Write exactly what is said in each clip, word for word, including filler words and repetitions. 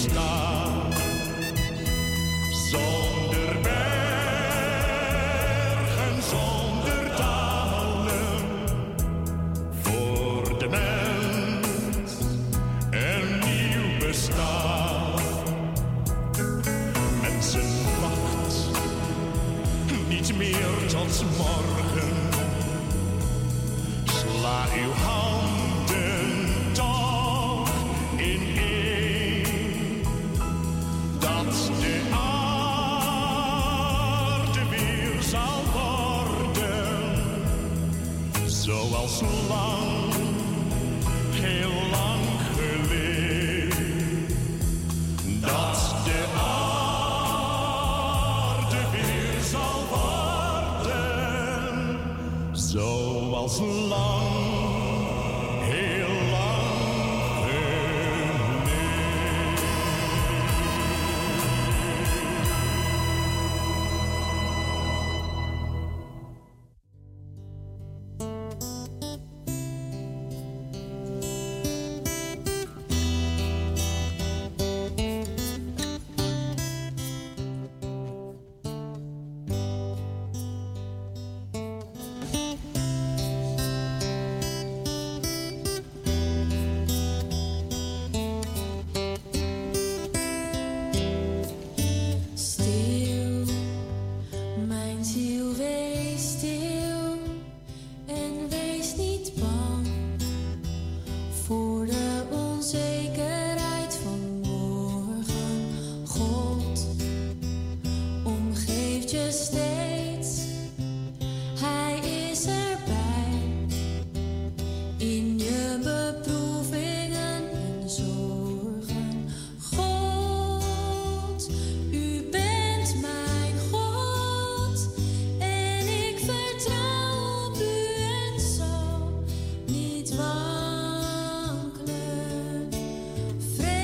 bestaan. Zonder bergen, zonder dalen. Voor de mens een nieuw bestaan. Mensen wacht niet meer tot morgen. Sla uw handen toch ineen, dat de aarde weer zal worden, zoals lang, heel lang geleden, dat de aarde weer zal worden, zoals lang.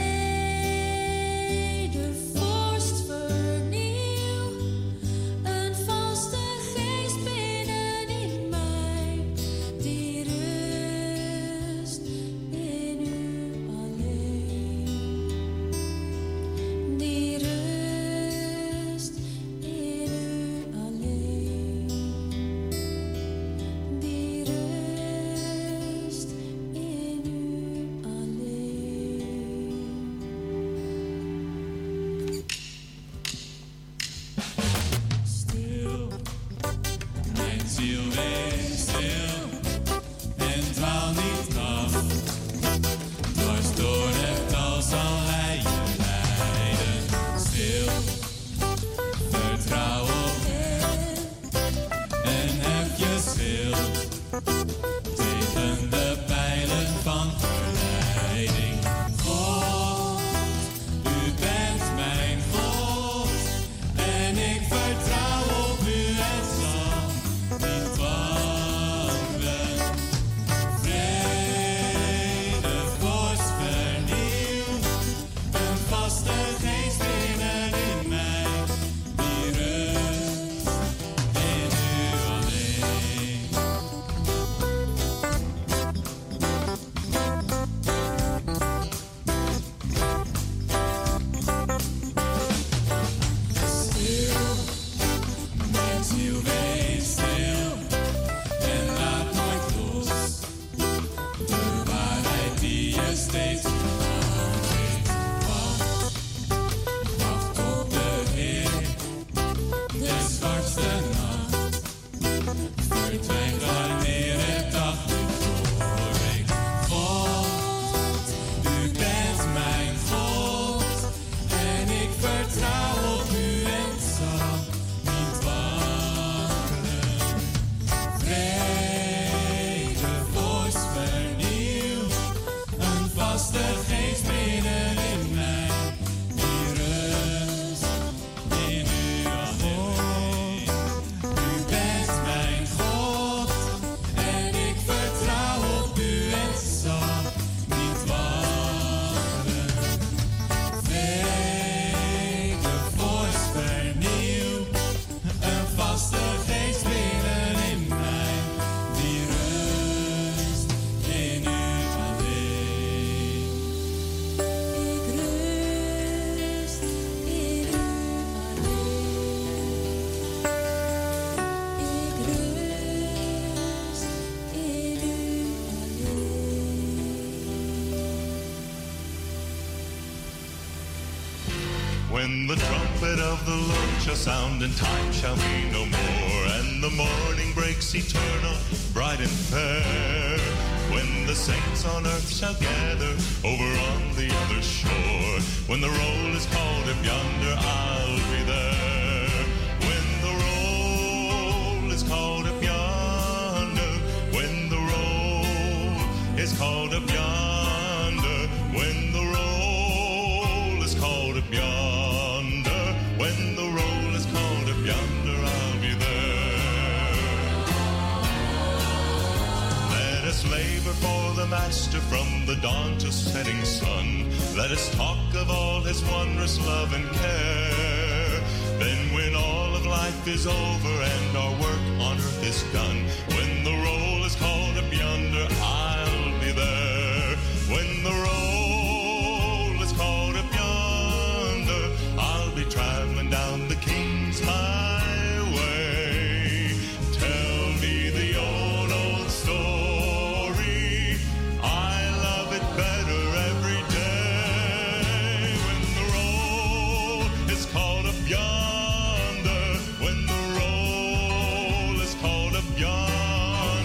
Een When the trumpet of the Lord shall sound and time shall be no more, and the morning breaks eternal, bright and fair. When the saints on earth shall gather over on the other shore, when the roll is called up yonder, I'll be there. When the roll is called up yonder, when the roll is called up yonder, when the roll is called up yonder, when the roll is called up yonder, I'll be there. Let us labor for the Master from the dawn to setting sun. Let us talk of all his wondrous love and care. Then when all of life is over and our work on earth is done, when the roll is called up yonder, I'll be there. When the roll is called up yonder, I'll be traveling down the King's highway. Tell me the old, old story. I love it better every day. When the roll is called up yonder, when the roll is called up yonder,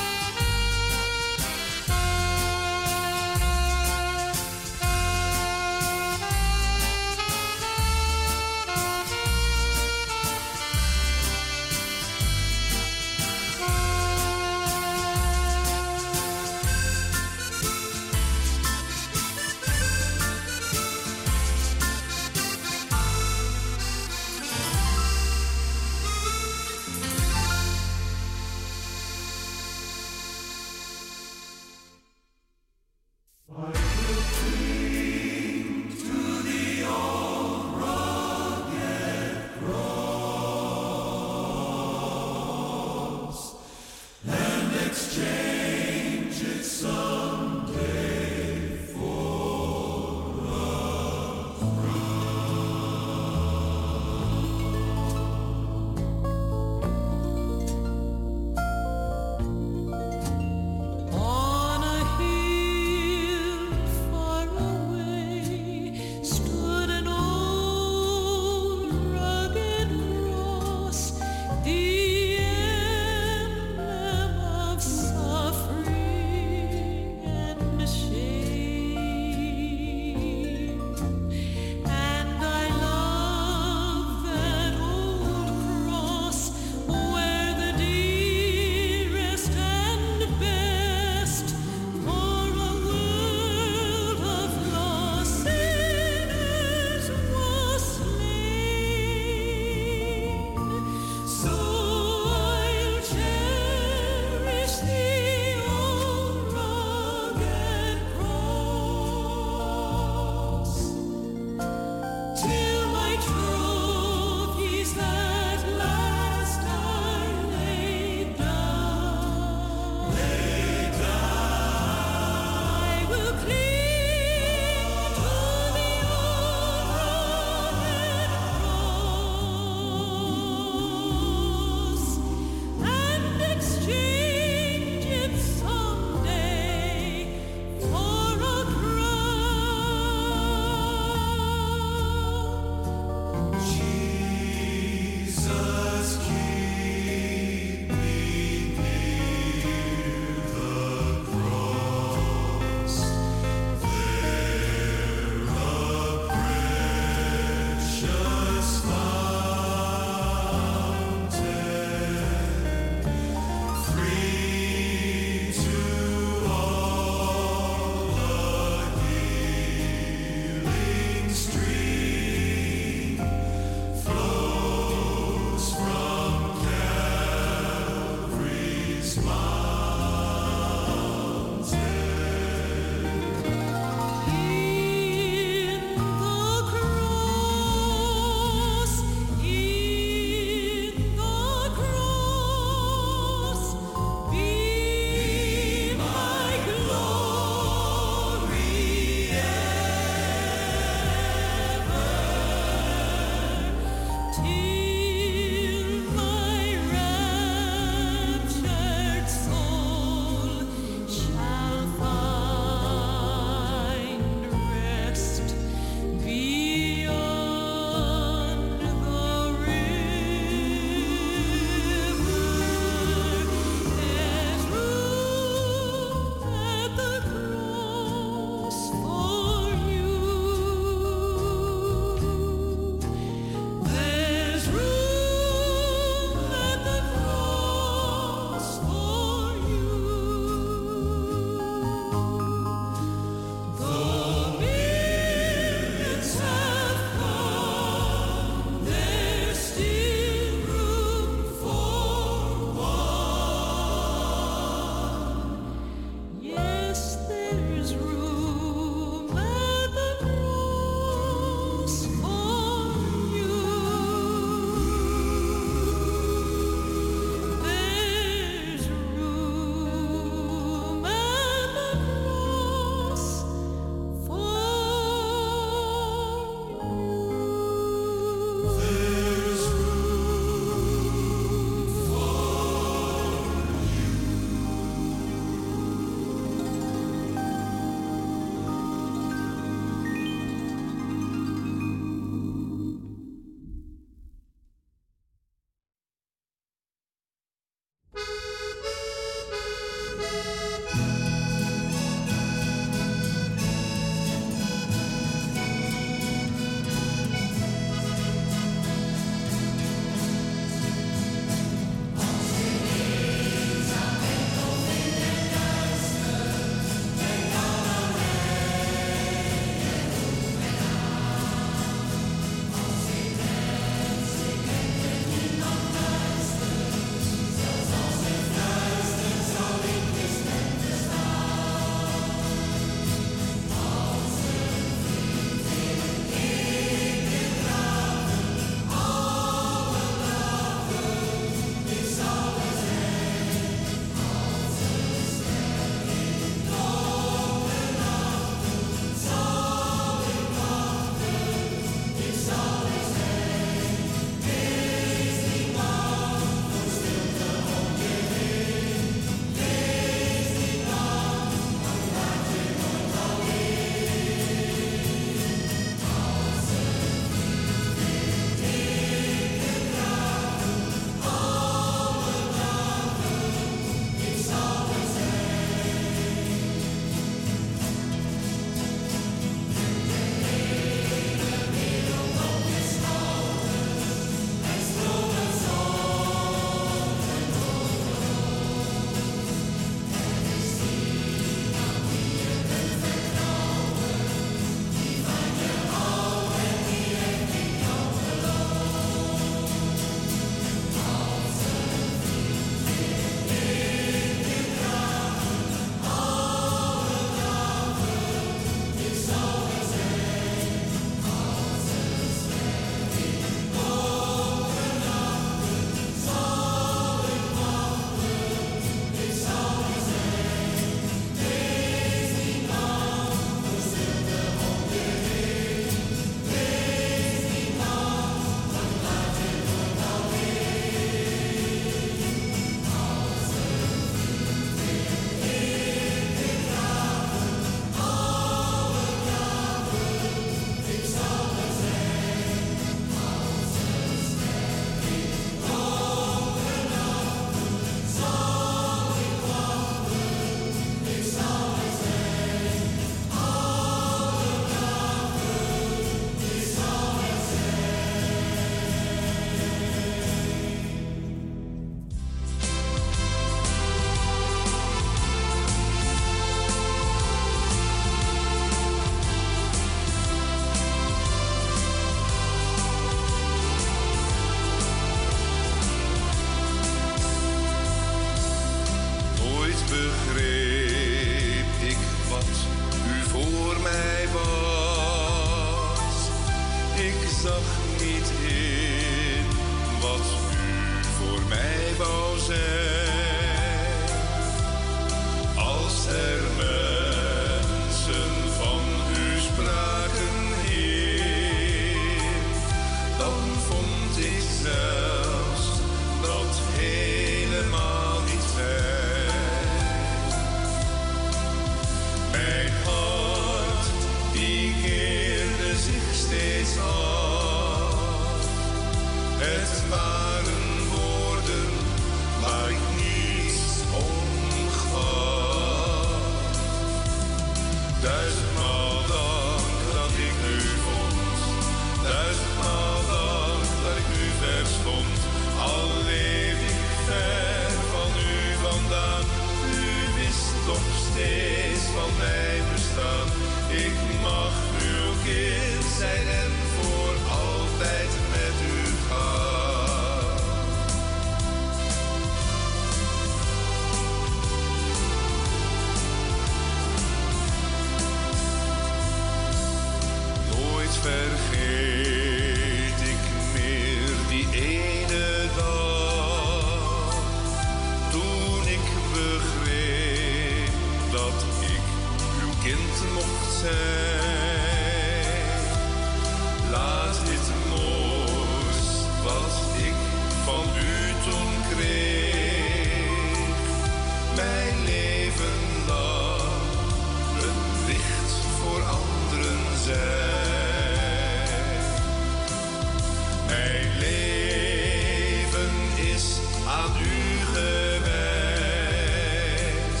Aan u gewijd,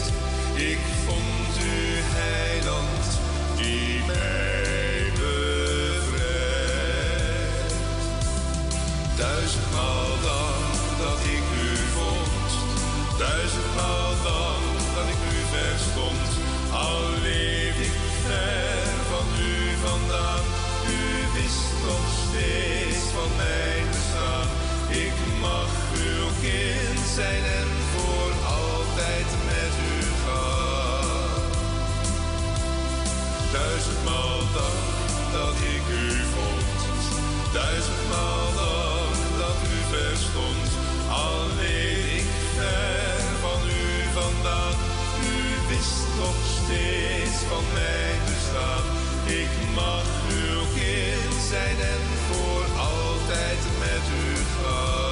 Ik vond u heiland die mij bevrijdt. Duizendmaal dank dat ik u vond, duizendmaal dank dat ik u verstond. Al leef ik ver van u vandaan, u wist nog steeds van mijn bestaan. Ik mag uw kind zijn en voor altijd met u gaan. Duizendmaal dank dat ik u vond, duizendmaal dank dat u verstond. Al leef ik ver van u vandaan, u wist nog steeds van mijn bestaan. Ik mag uw kind zijn en voor altijd met u gaan.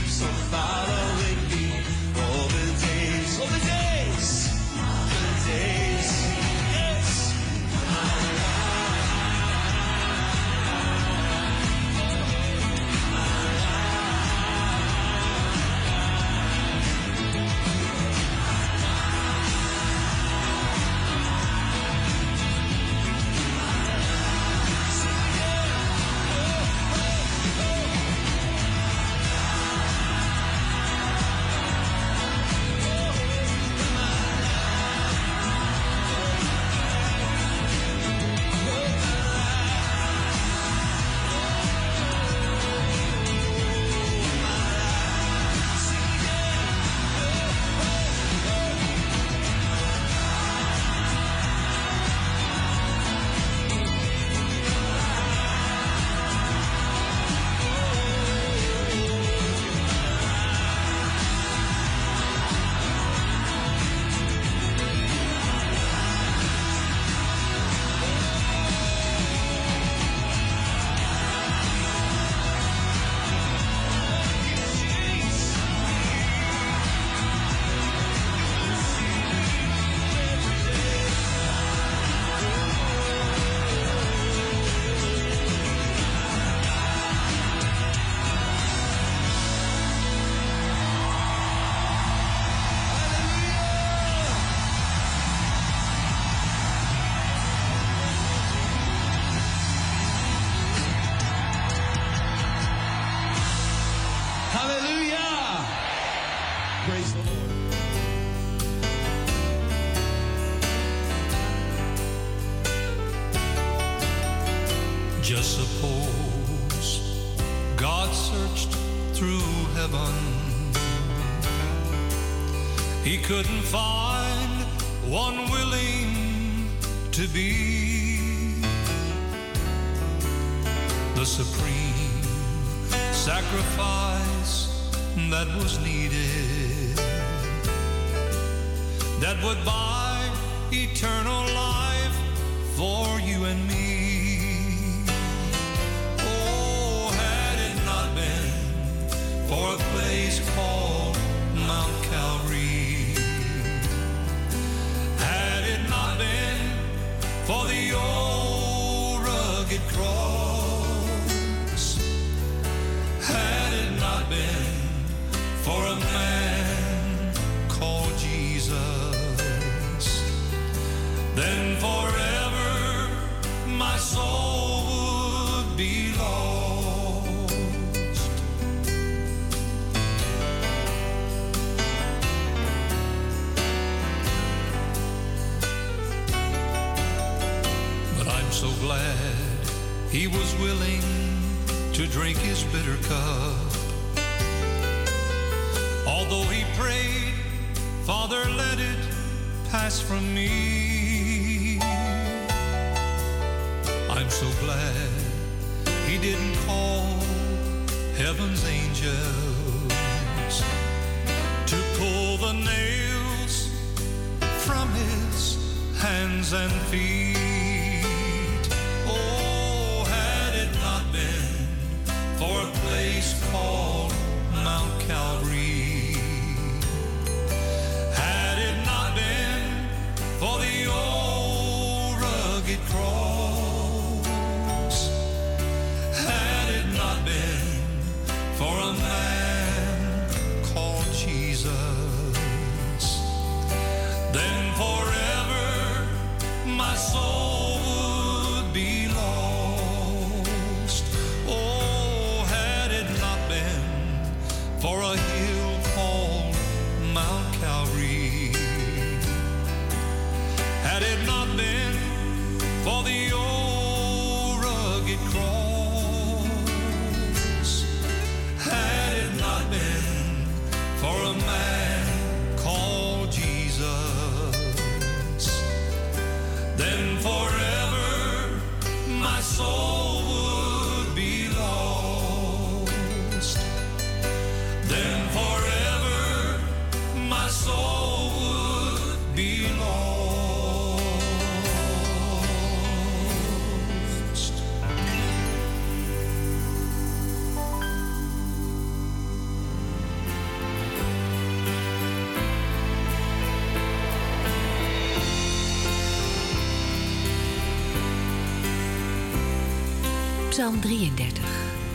Following me all the days, all the days, all the days. Just suppose God searched through heaven. He couldn't find one willing to be the supreme sacrifice that was needed, that would buy eternal life for you and me. Oh, had it not been for a place called Mount Calvary, had it not been for the old rugged cross, had it not been for a man called Jesus, then forever my soul would be lost. But I'm so glad he was willing to drink his bitter cup. Although he prayed, Father, let it pass from me. I'm so glad he didn't call heaven's angels to pull the nails from his hands and feet. Oh, had it not been for a place called Mount Calvary, had it not been for the old rugged cross, had it not been for a man called Jesus, then forever my soul would be lost. Oh, had it not been for a hill called Mount Calvary, had it not been for the old rugged cross, had it not been for a man called Jesus, then forever my soul would be lost. Then forever my soul would be lost. Psalm drieëndertig.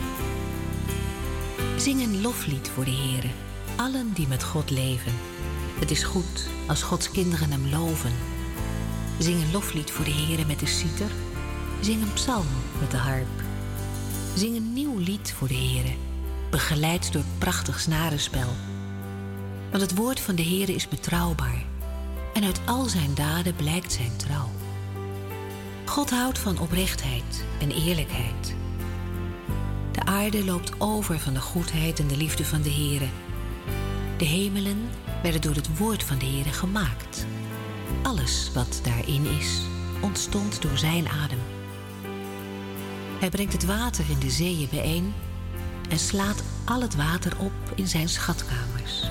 Zing een loflied voor de Heere, allen die met God leven. Het is goed als Gods kinderen hem loven. Zing een loflied voor de Heere met de citer. Zing een psalm met de harp. Zing een nieuw lied voor de Heere, begeleid door prachtig snarenspel. Want het woord van de Heere is betrouwbaar, en uit al zijn daden blijkt zijn trouw. God houdt van oprechtheid en eerlijkheid. De aarde loopt over van de goedheid en de liefde van de Heere. De hemelen werden door het woord van de Heere gemaakt. Alles wat daarin is, ontstond door zijn adem. Hij brengt het water in de zeeën bijeen en slaat al het water op in zijn schatkamers.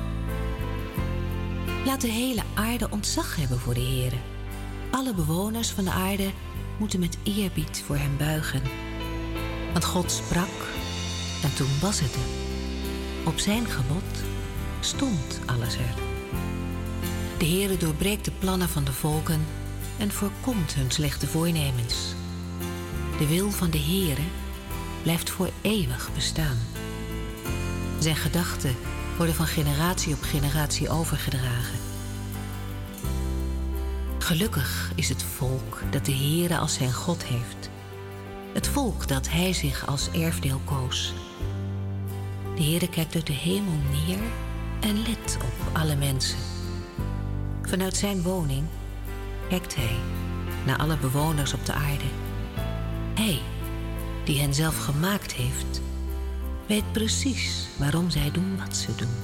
Laat de hele aarde ontzag hebben voor de Heere. Alle bewoners van de aarde moeten met eerbied voor hem buigen. Want God sprak en toen was het er. Op zijn gebod stond alles er. De Heere doorbreekt de plannen van de volken en voorkomt hun slechte voornemens. De wil van de Heere blijft voor eeuwig bestaan. Zijn gedachten worden van generatie op generatie overgedragen. Gelukkig is het volk dat de Heere als zijn God heeft. Het volk dat hij zich als erfdeel koos. De Heere kijkt uit de hemel neer en let op alle mensen. Vanuit zijn woning kijkt hij naar alle bewoners op de aarde. Hij die hen zelf gemaakt heeft, weet precies waarom zij doen wat ze doen.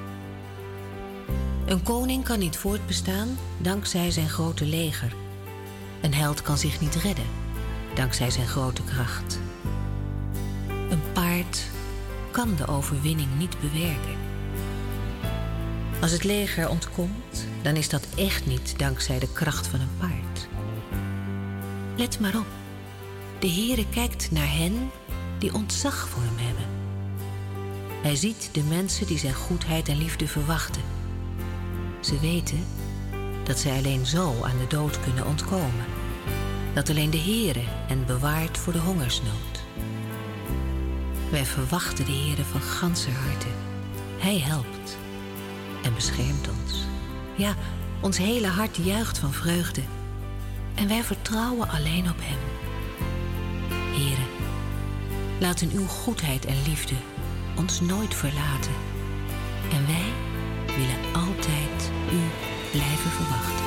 Een koning kan niet voortbestaan dankzij zijn grote leger. Een held kan zich niet redden dankzij zijn grote kracht. Een paard kan de overwinning niet bewerken. Als het leger ontkomt, dan is dat echt niet dankzij de kracht van een paard. Let maar op. De Heere kijkt naar hen die ontzag voor hem hebben. Hij ziet de mensen die zijn goedheid en liefde verwachten. Ze weten dat zij alleen zo aan de dood kunnen ontkomen. Dat alleen de Heere hen bewaart voor de hongersnood. Wij verwachten de Heere van ganser harte. Hij helpt en beschermt ons. Ja, ons hele hart juicht van vreugde. En wij vertrouwen alleen op hem. Heere, laten uw goedheid en liefde ons nooit verlaten. En wij willen altijd u blijven verwachten.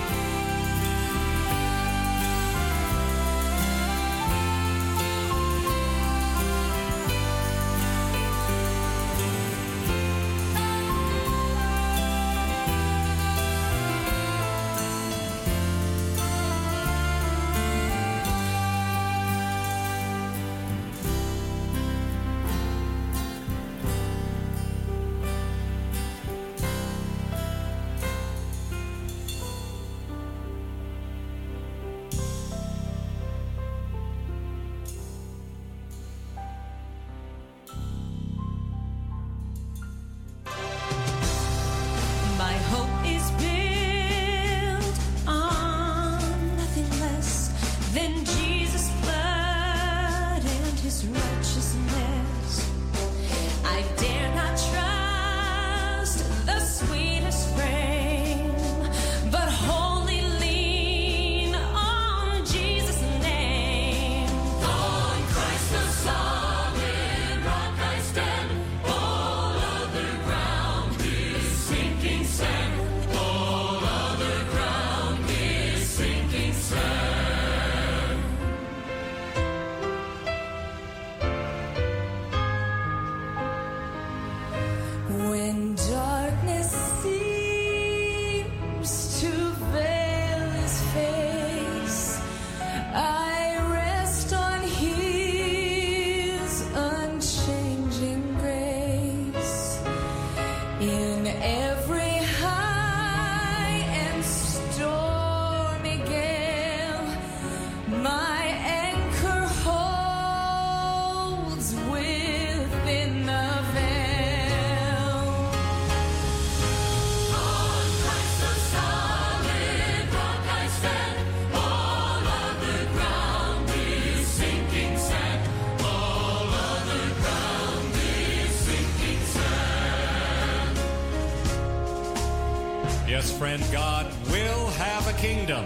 Friend, God will have a kingdom.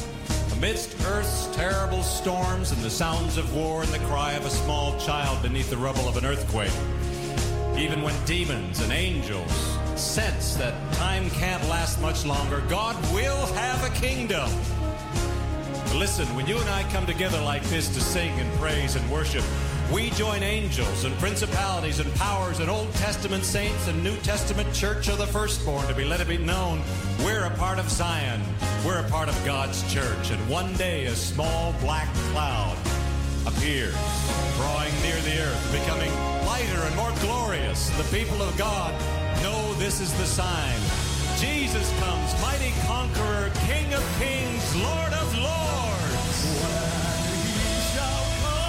Amidst earth's terrible storms and the sounds of war and the cry of a small child beneath the rubble of an earthquake. Even when demons and angels sense that time can't last much longer, God will have a kingdom. Listen, when you and I come together like this to sing and praise and worship, we join angels and principalities and powers and Old Testament saints and New Testament church of the firstborn to be let it be known we're a part of Zion. We're a part of God's church. And one day a small black cloud appears, drawing near the earth, becoming lighter and more glorious. The people of God know this is the sign. Jesus comes, mighty conqueror, King of kings, Lord of lords. When he shall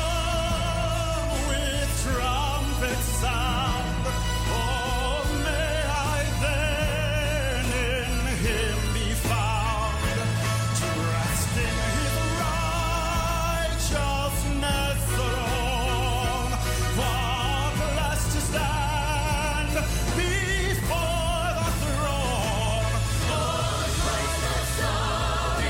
come with trumpet sound, oh, may I then in him be found, dressed in his righteousness alone, for blessed to stand before the throne. Oh, Christ the Son.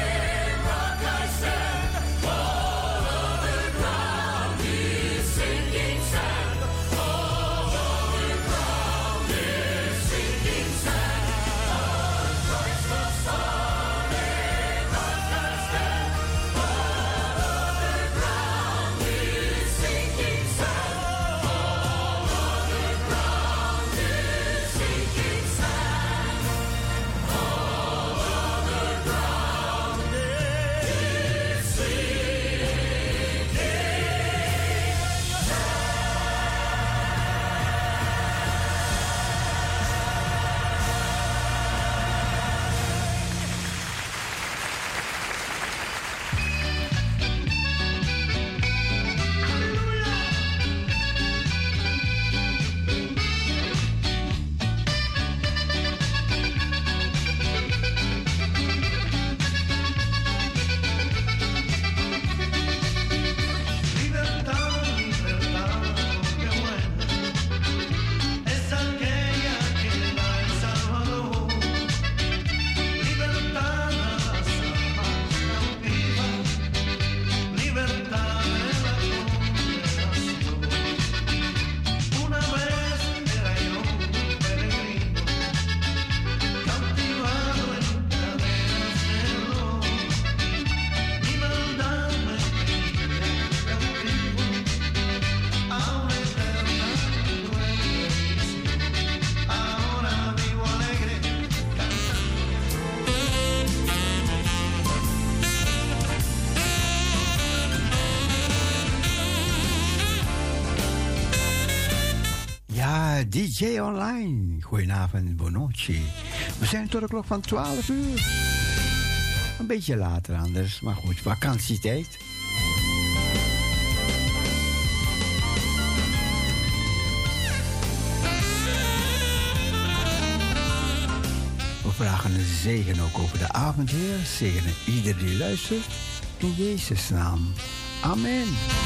D J Online. Goedenavond, Bonoci. We zijn tot de klok van twaalf uur. Een beetje later anders, maar goed, vakantietijd. We vragen een zegen ook over de avond, Heer. Zegenen ieder die luistert. In Jezus' naam. Amen.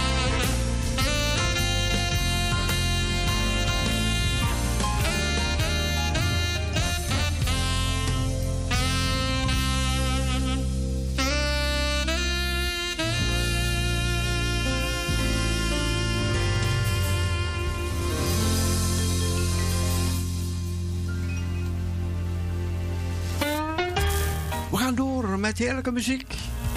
We gaan door met heerlijke muziek.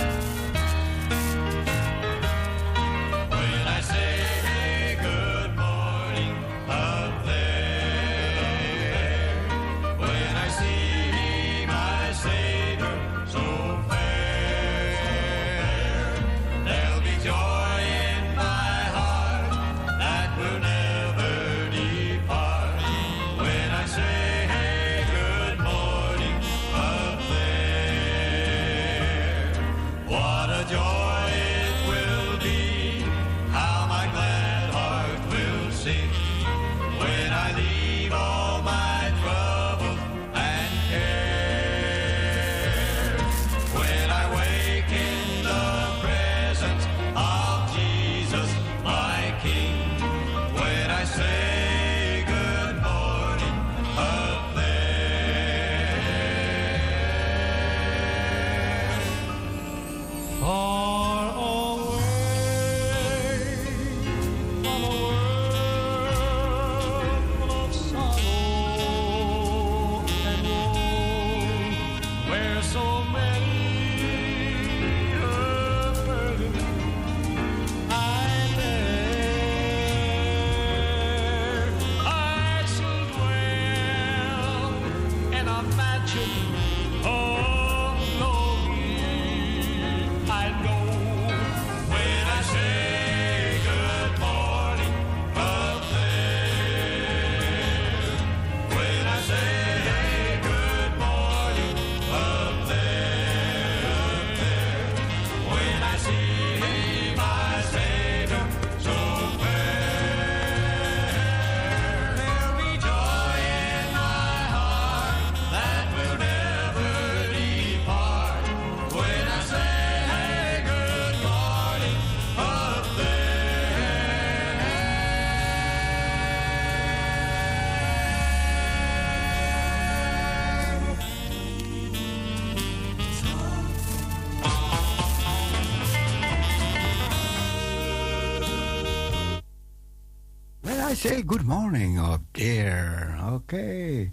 Say good morning up there. Okay.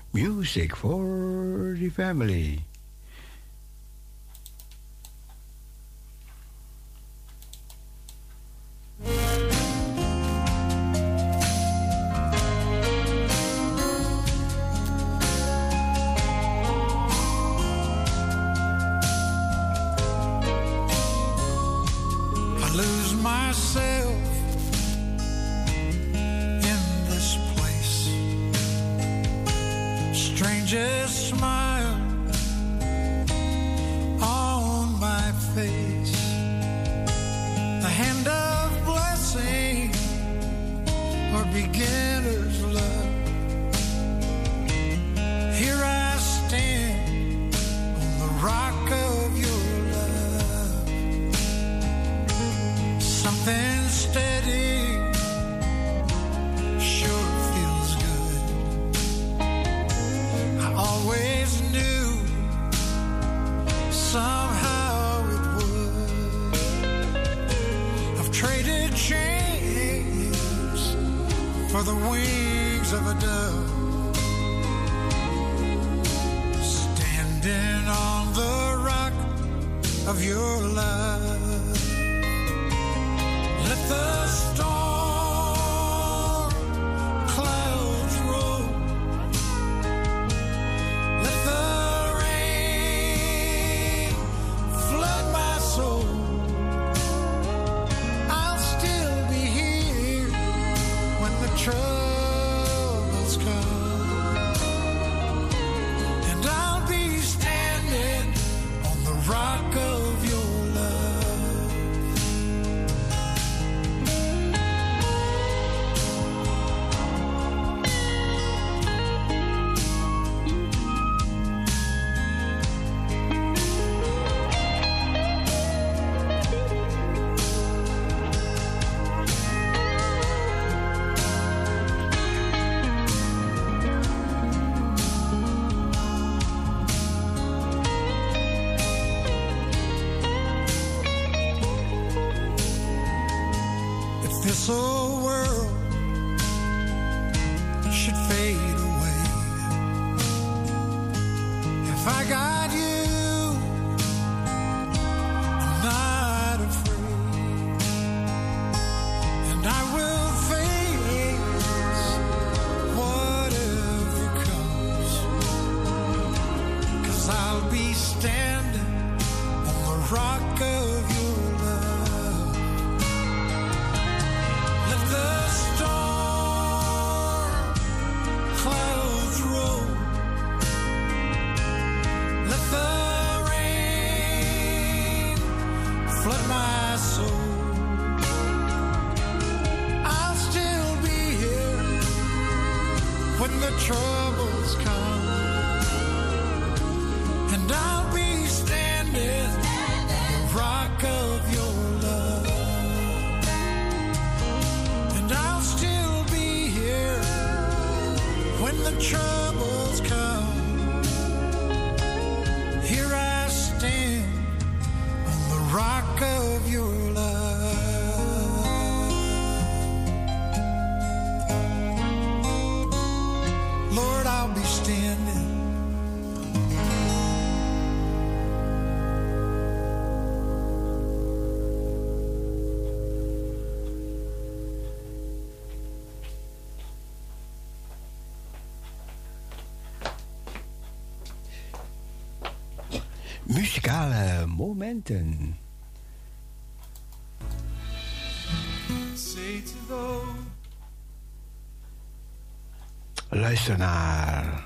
Music for the family. I lose myself strangest smile on my face, the hand of blessing or beginner's love. Here I stand on the rock of your love, something steady. Always knew somehow it would. I've traded chains for the wings of a dove, standing on the rock of your love. Let the storm trouble rock of your love. This whole world should fade away. If I got you, I'm not afraid, and I will face whatever comes, 'cause I'll be standing on the rock of your love. Let the storm clouds roll. Let the rain flood my soul. I'll still be here when the troubles come, and I'll be standing on the rock of your love. And I'll still be here when the troubles come. Here I stand on the rock of your love. Lord, I'll be standing. Muzikale momenten. Luister naar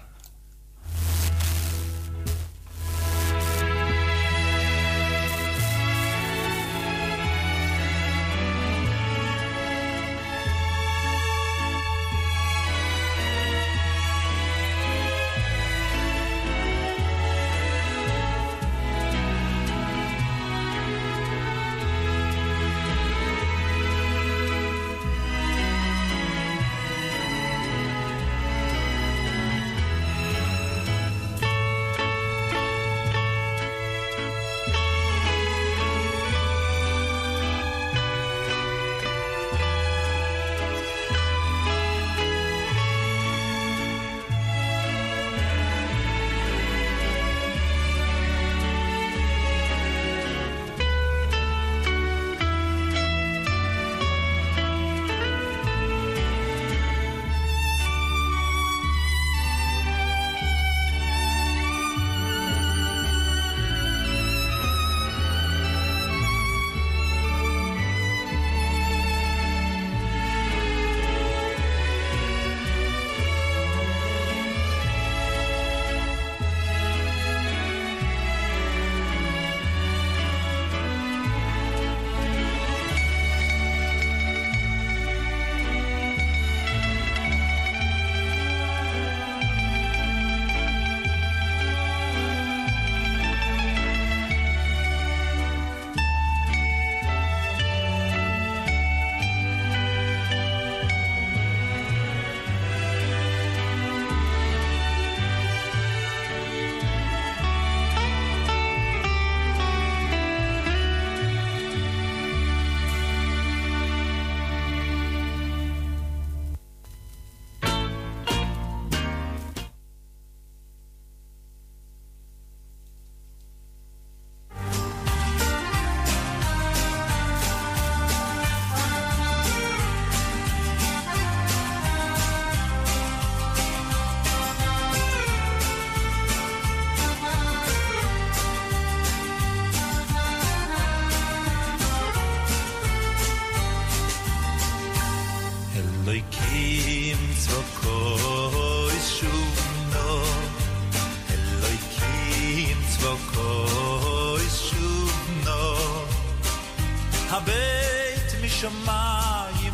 משמיים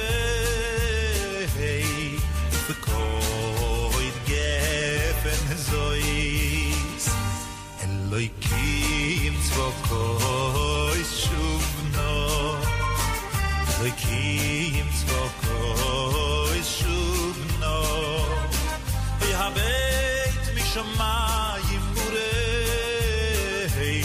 מורei וכל גפן זויס אלוהיקים צבוקוי שובנו אלוהיקים צבוקוי שובנו ויהבית משמיים מורei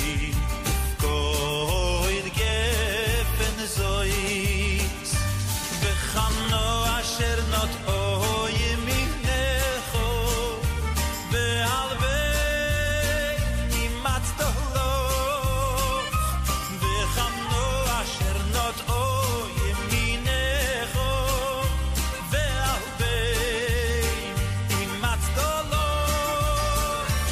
וכל גפן זויס וחנו אשר נוטעו ימינךו ועלבי אימצתו לך וחנו אשר נוטעו ימינךו ועלבי אימצתו לך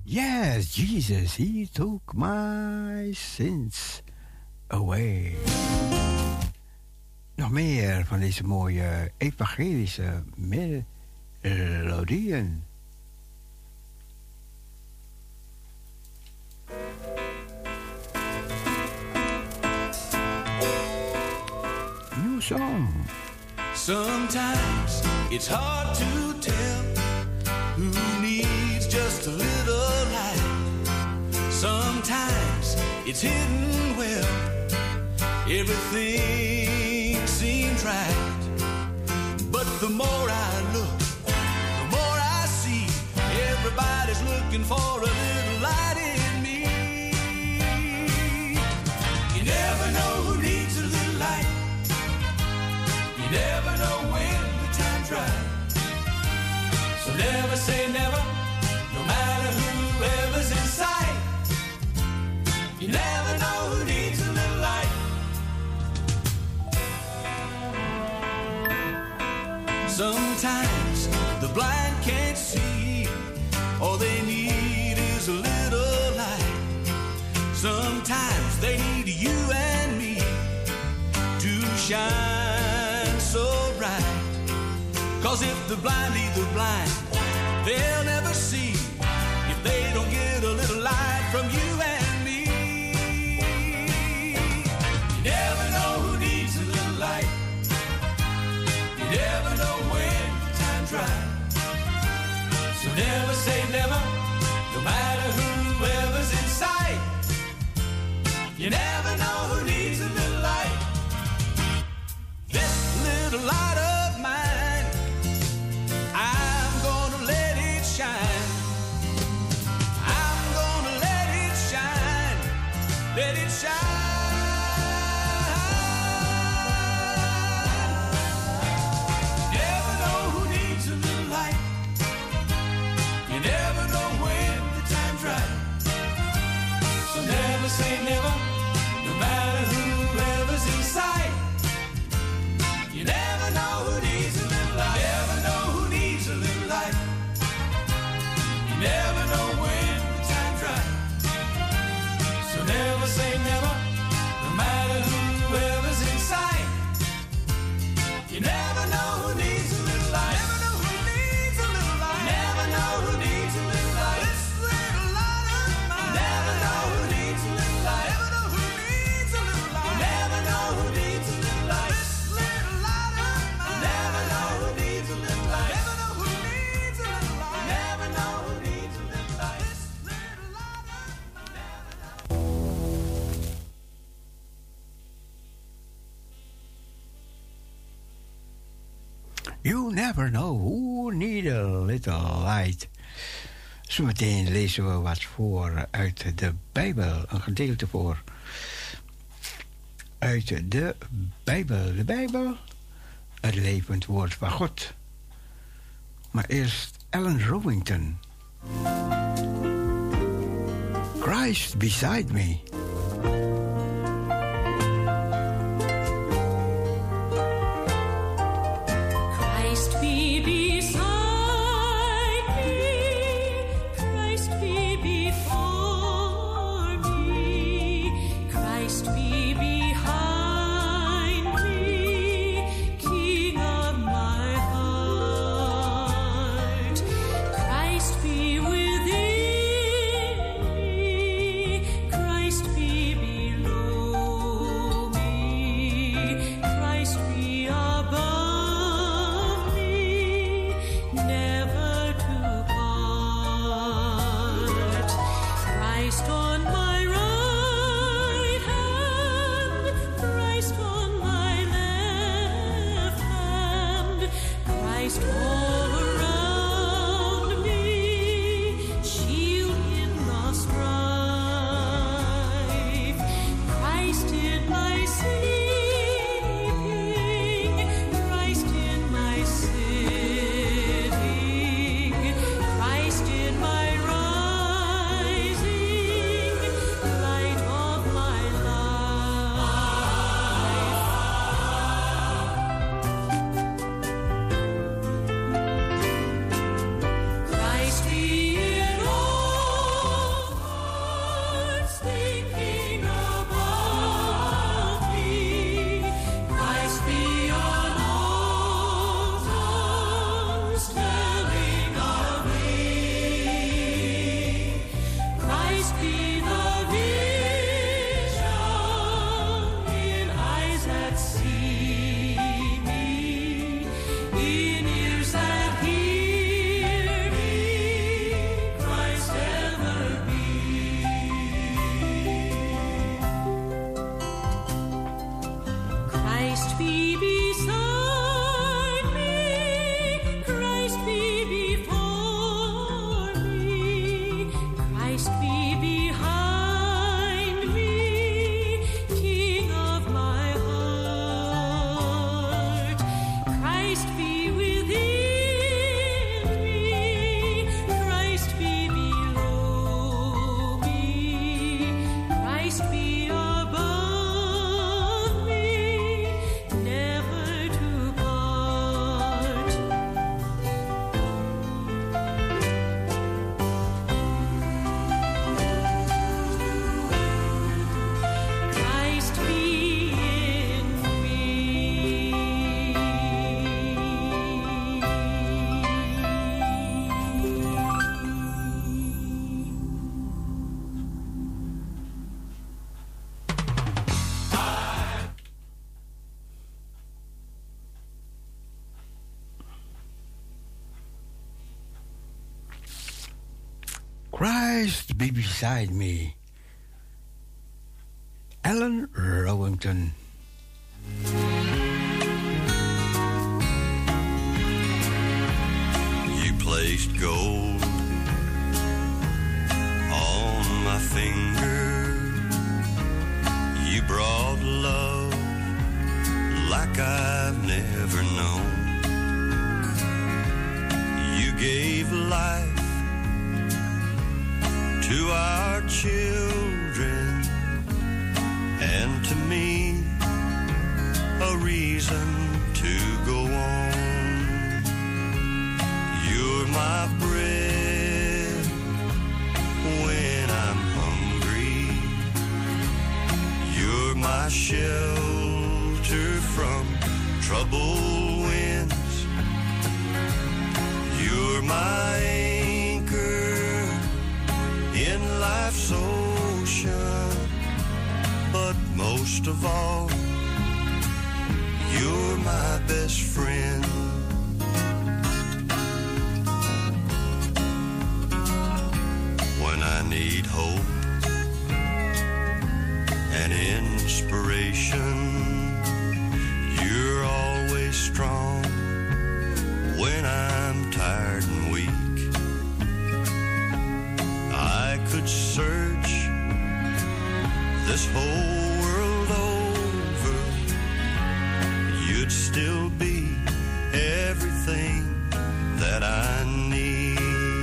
Yes, Jesus, he took my sins away. Nog meer van deze mooie evangelische melodieën. New song. Sometimes it's hard to tell who needs just a little light. Sometimes it's hidden well. Everything seems right. But the more I look, the more I see. Everybody's looking for a little light in me. You never know who needs a little light. You never know when the time's right. So never say never, no matter whoever's in sight. You never know who needs a little light. Sometimes the blind can't see. All they need is a little light. Sometimes they need you and me to shine so bright. 'Cause if the blind lead the blind, they'll never see if they don't get a little light from you and me. You never know who needs a little light. You never know when the time's right. So never say never, no matter whoever's in sight. You never know who needs a little light. This little light of mine, I'm gonna let it shine. I'm gonna let it shine. Let it shine. You never know who needs a little light. You never know when the time's right. So never say never, no matter whoever's in sight. You never know who needs a little light. You never know who needs a little light. You never know when the time's right. So never say never, no matter whoever's in sight. You never know who needs a little light. Never know who needs a little light. Never know who needs a little light. This little light of mine. Never know who needs a little light. Never know who needs a little light. Never know who needs a little light. This little light of mine. Never know who needs a little light. Never know who needs a little light. Never know who needs a little light. This little light of mine. You never know who need a little light. Zometeen lezen we wat voor uit de Bijbel. Een gedeelte voor. Uit de Bijbel. De Bijbel. Het levend woord van God. Maar eerst Ellen Rowington. Christ beside me. Christ be beside me, Christ be before me, Christ be behind me, King of my heart, Christ be within me, Christ Christ be beside me. Alan Rowington. You placed gold on my finger. You brought love like I've never known. You gave life to our children, and to me a reason to go on. You're my bread when I'm hungry. You're my shelter from troubled winds. You're my anchor in life's ocean. But most of all, you're my best friend. When I need hope and inspiration, you're always strong when I'm tired and weak. I could search this whole world over, you'd still be everything that I need.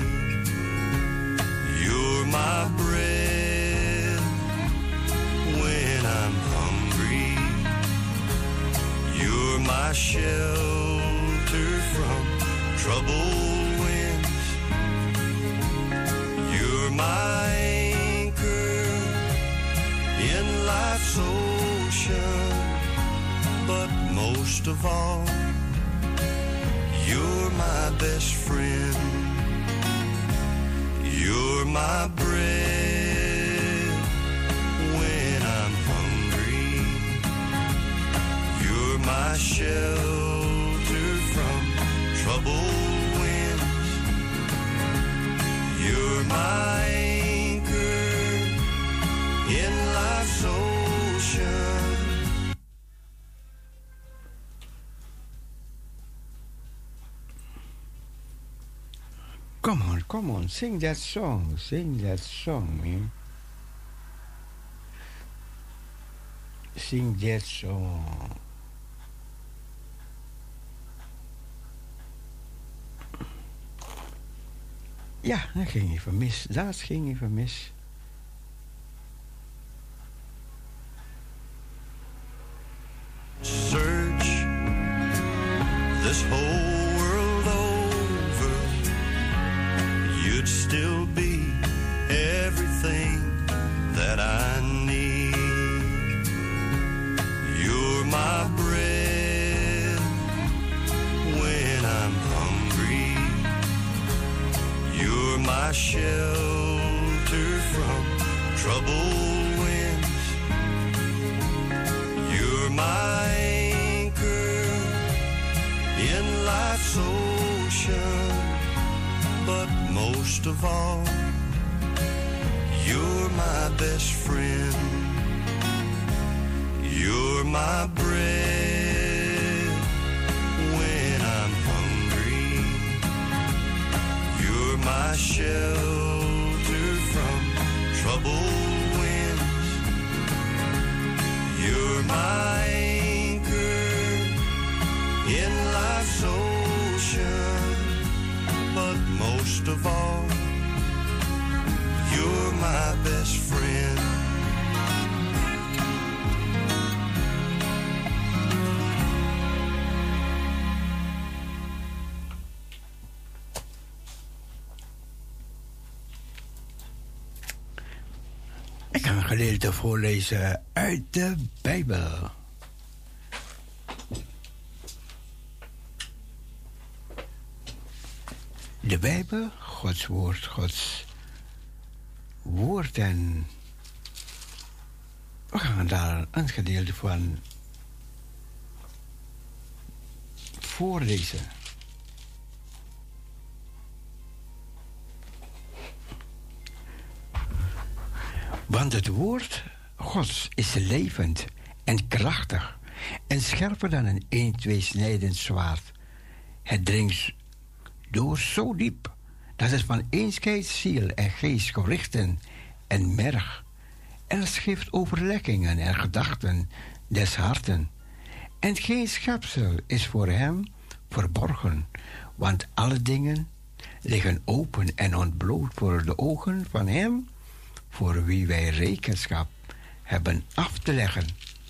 You're my bread when I'm hungry. You're my shelter from troubled winds. You're my anchor in life's ocean. But most of all, you're my best friend. You're my bread when I'm hungry. You're my shelter from troubled winds. You're my anchor in life's ocean. Come on, come on, sing that song, sing that song, man. Sing that song. Ja, dat ging even mis. Dat ging even mis. Search this whole world over, you'd still be everything that I need. You're my bread when I'm hungry. You're my shelter from troubled winds. You're my anchor in life's ocean. But most of all, you're my best friend. You're my bread when I'm hungry. You're my shelter from troubled winds. You're my anchor in life's ocean. But most of all, you're my best friend. Ik ga een gedeelte voorlezen uit de Bijbel. De Bijbel, Gods woord, Gods woord. En we gaan daar een gedeelte van voorlezen. Want het woord Gods is levend en krachtig en scherper dan een een-tweesnijdend zwaard. Het dringt door zo diep dat het van een scheidt ziel en geest, gewrichten en merg. En het geeft overleggingen en gedachten des harten. En geen schepsel is voor hem verborgen, want alle dingen liggen open en ontbloot voor de ogen van hem voor wie wij rekenschap hebben af te leggen.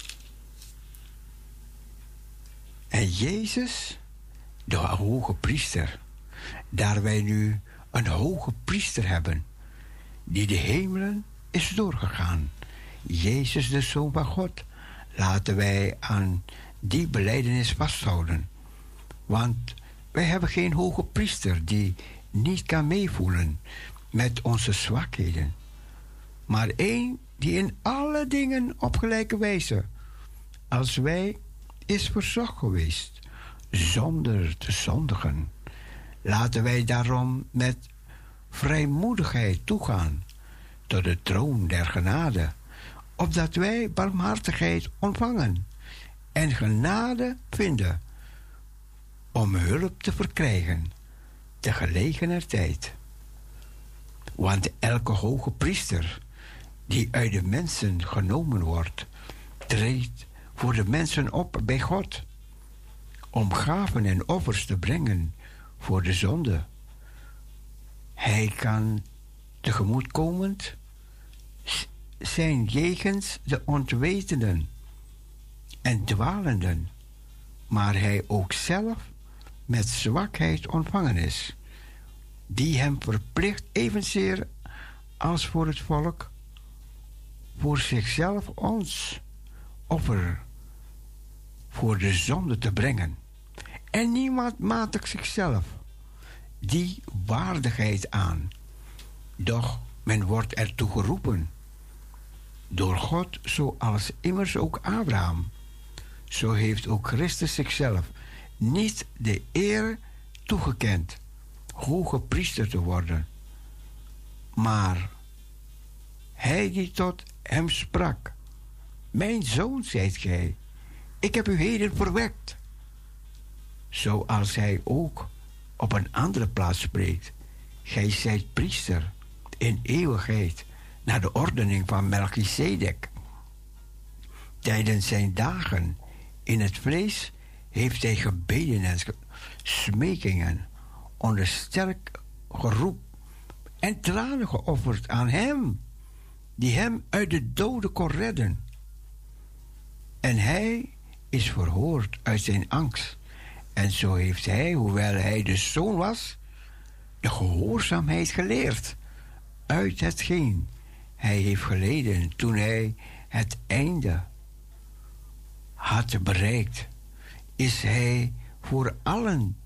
En Jezus, de hoge priester, daar wij nu een hoge priester hebben, die de hemelen is doorgegaan, Jezus de Zoon van God, laten wij aan die belijdenis vasthouden. Want wij hebben geen hoge priester die niet kan meevoelen met onze zwakheden, maar één die in alle dingen op gelijke wijze als wij is verzocht geweest, zonder te zondigen. Laten wij daarom met vrijmoedigheid toegaan tot de troon der genade, opdat wij barmhartigheid ontvangen en genade vinden om hulp te verkrijgen te gelegener tijd. Want elke hoge priester die uit de mensen genomen wordt, treedt voor de mensen op bij God, om gaven en offers te brengen voor de zonde. Hij kan tegemoetkomend zijn jegens de ontwetenden en dwalenden, maar hij ook zelf met zwakheid ontvangen is, die hem verplicht evenzeer als voor het volk, voor zichzelf ons offer voor de zonde te brengen. En niemand matigt zichzelf die waardigheid aan, doch men wordt ertoe geroepen door God, zoals immers ook Abraham. Zo heeft ook Christus zichzelf niet de eer toegekend hoge priester te worden, maar hij die tot hem sprak: mijn zoon, zijt gij, ik heb u heden verwekt. Zoals hij ook op een andere plaats spreekt: gij zijt priester in eeuwigheid naar de ordening van Melchizedek. Tijdens zijn dagen in het vlees heeft hij gebeden en smekingen onder sterk geroep en tranen geofferd aan hem die hem uit de doden kon redden. En hij is verhoord uit zijn angst. En zo heeft hij, hoewel hij de zoon was, de gehoorzaamheid geleerd uit hetgeen hij heeft geleden toen hij het einde had bereikt. Is hij voor allen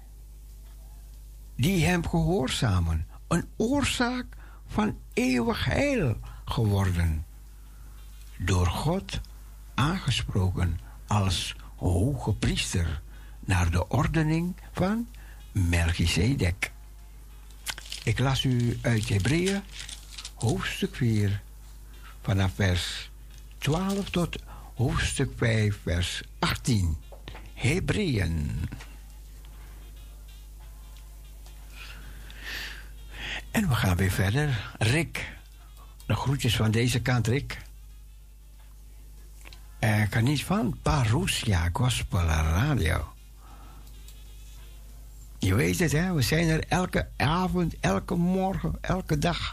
die hem gehoorzamen een oorzaak van eeuwig heil geworden, door God aangesproken als hoge priester naar de ordening van Melchizedek. Ik las u uit Hebreeën hoofdstuk vier vanaf vers twaalf tot hoofdstuk vijf vers achttien. Hebreeën. En we gaan weer verder. Rick, de groetjes van deze kant, Rick. Er kan niet van Parousia Gospel Radio. Je weet het, hè? We zijn er elke avond, elke morgen, elke dag.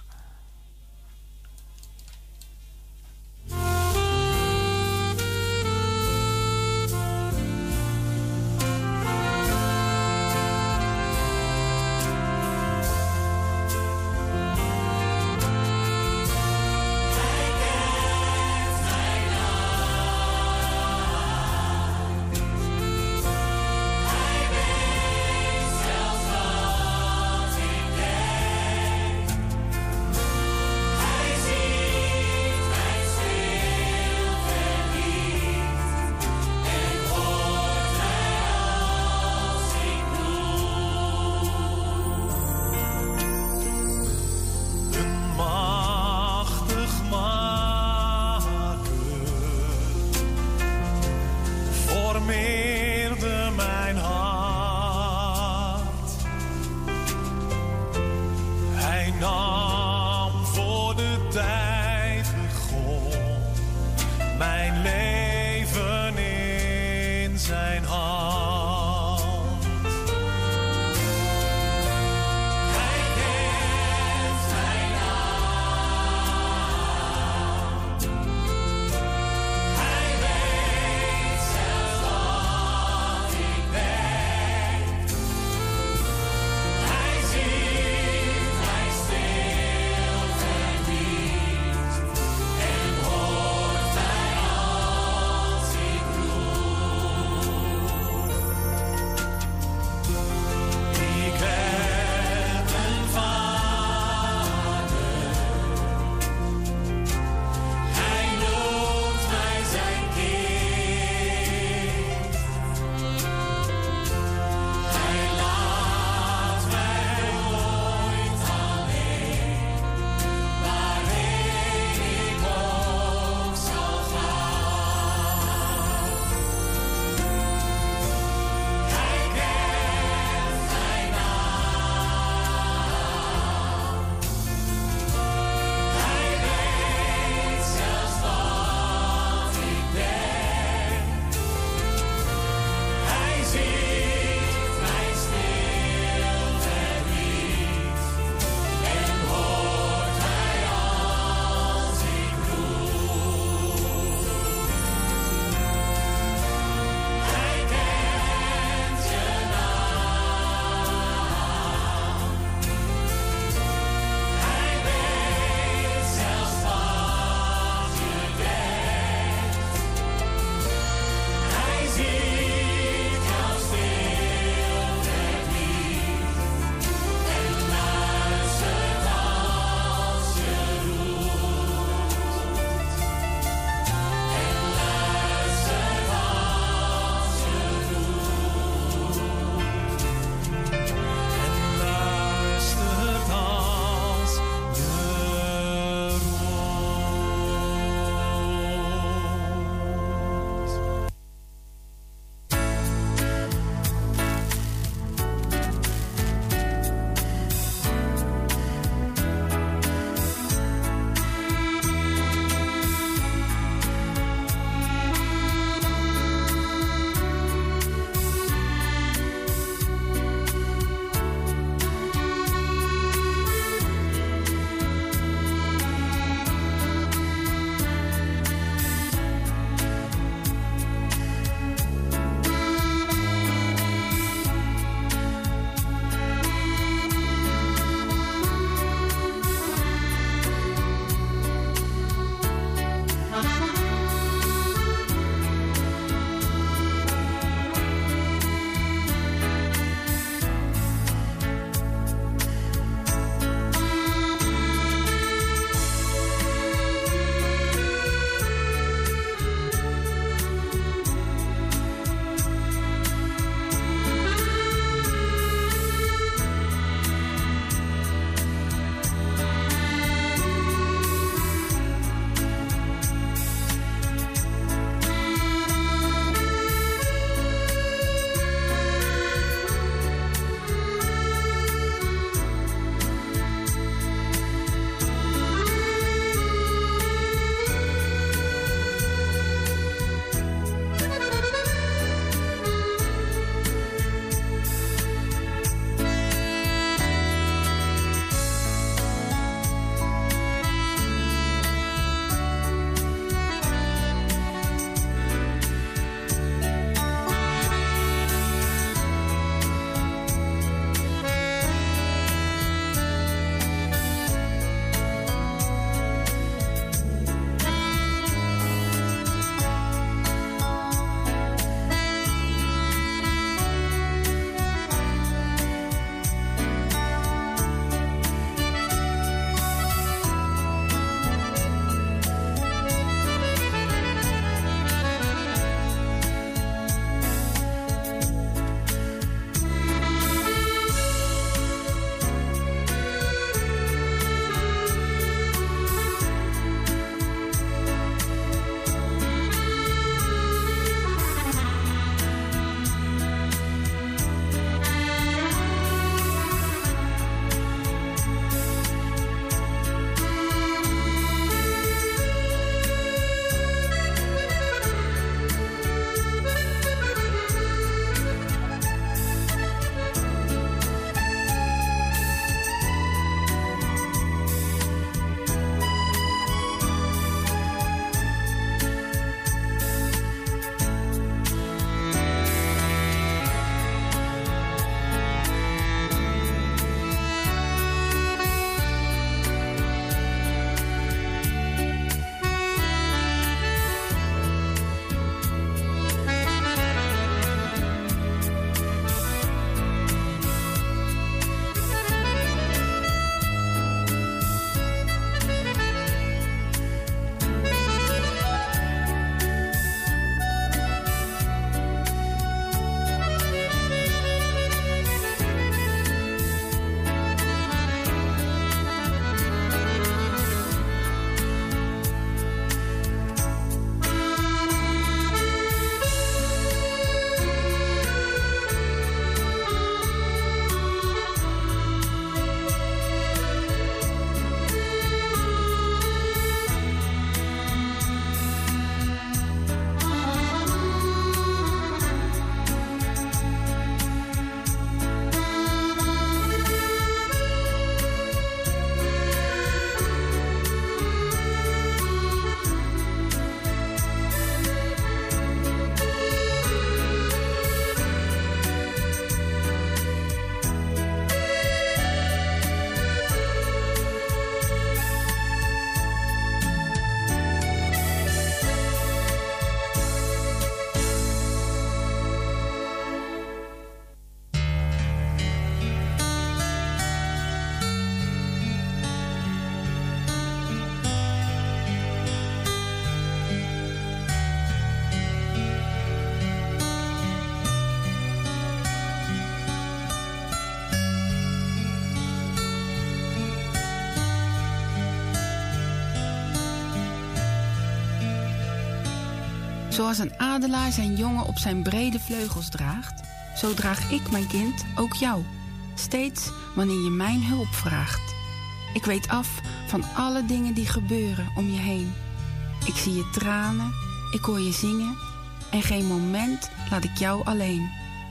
Zoals een adelaar zijn jongen op zijn brede vleugels draagt, zo draag ik, mijn kind, ook jou. Steeds wanneer je mijn hulp vraagt. Ik weet af van alle dingen die gebeuren om je heen. Ik zie je tranen, ik hoor je zingen en geen moment laat ik jou alleen.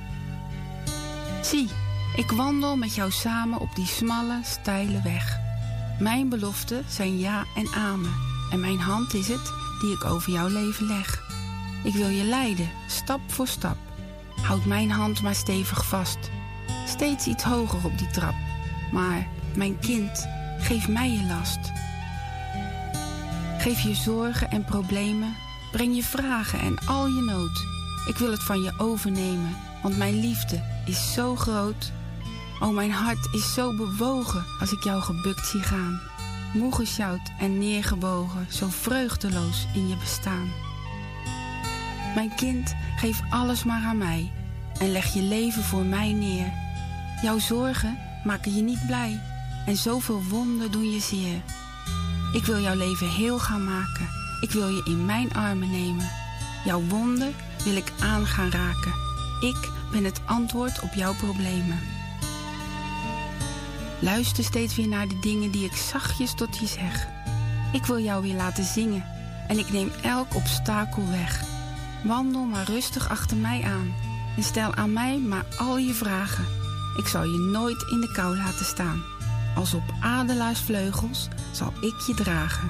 Zie, ik wandel met jou samen op die smalle, steile weg. Mijn beloften zijn ja en amen en mijn hand is het die ik over jouw leven leg. Ik wil je leiden, stap voor stap. Houd mijn hand maar stevig vast. Steeds iets hoger op die trap. Maar, mijn kind, geef mij je last. Geef je zorgen en problemen. Breng je vragen en al je nood. Ik wil het van je overnemen, want mijn liefde is zo groot. O, mijn hart is zo bewogen als ik jou gebukt zie gaan. Moe gesjouwd en neergebogen, zo vreugdeloos in je bestaan. Mijn kind, geef alles maar aan mij en leg je leven voor mij neer. Jouw zorgen maken je niet blij en zoveel wonden doen je zeer. Ik wil jouw leven heel gaan maken, ik wil je in mijn armen nemen. Jouw wonden wil ik aan gaan raken. Ik ben het antwoord op jouw problemen. Luister steeds weer naar de dingen die ik zachtjes tot je zeg. Ik wil jou weer laten zingen en ik neem elk obstakel weg. Wandel maar rustig achter mij aan en stel aan mij maar al je vragen. Ik zal je nooit in de kou laten staan. Als op adelaarsvleugels zal ik je dragen.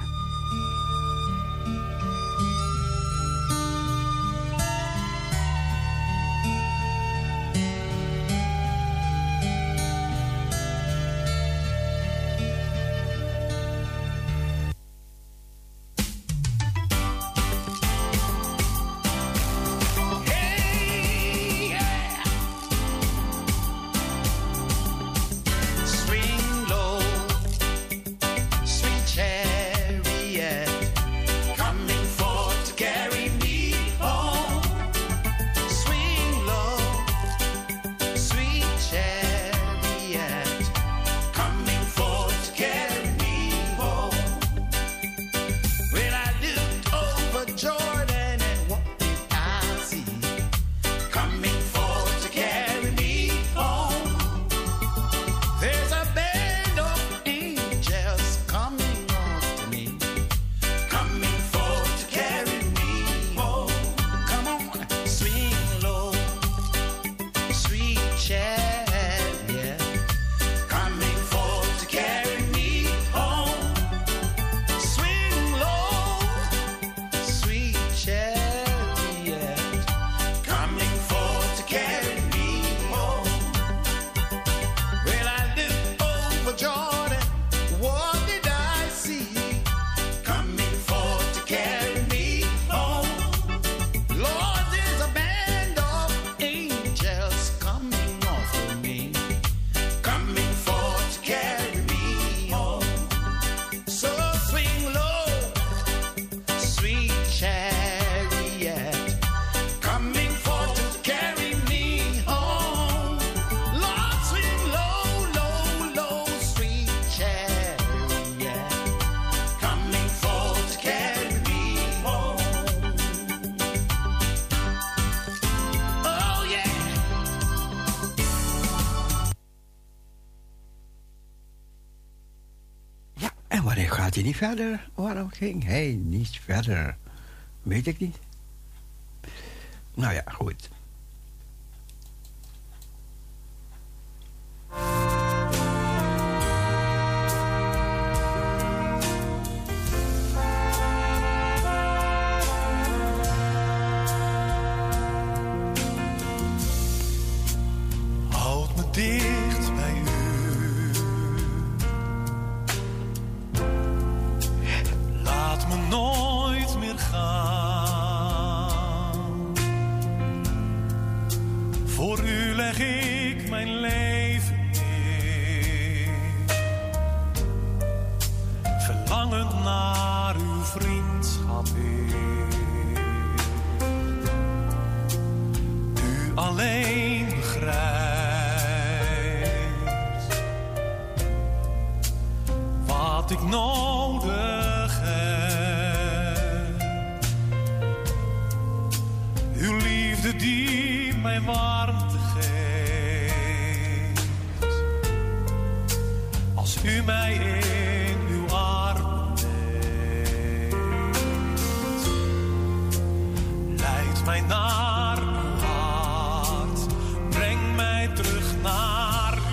Gaat hij niet verder? Waarom ging hij niet verder? Weet ik niet. Nou ja, goed. Houd me dicht bij u. Laat me nooit meer gaan. Voor u leg ik mijn leven neer. Verlangend naar uw vriendschap, Heer. U alleen begrijpt wat ik nodig heb. mij warmte geeft. Als u mij in uw armen neemt, leidt mij naar uw hart, breng mij terug naar u.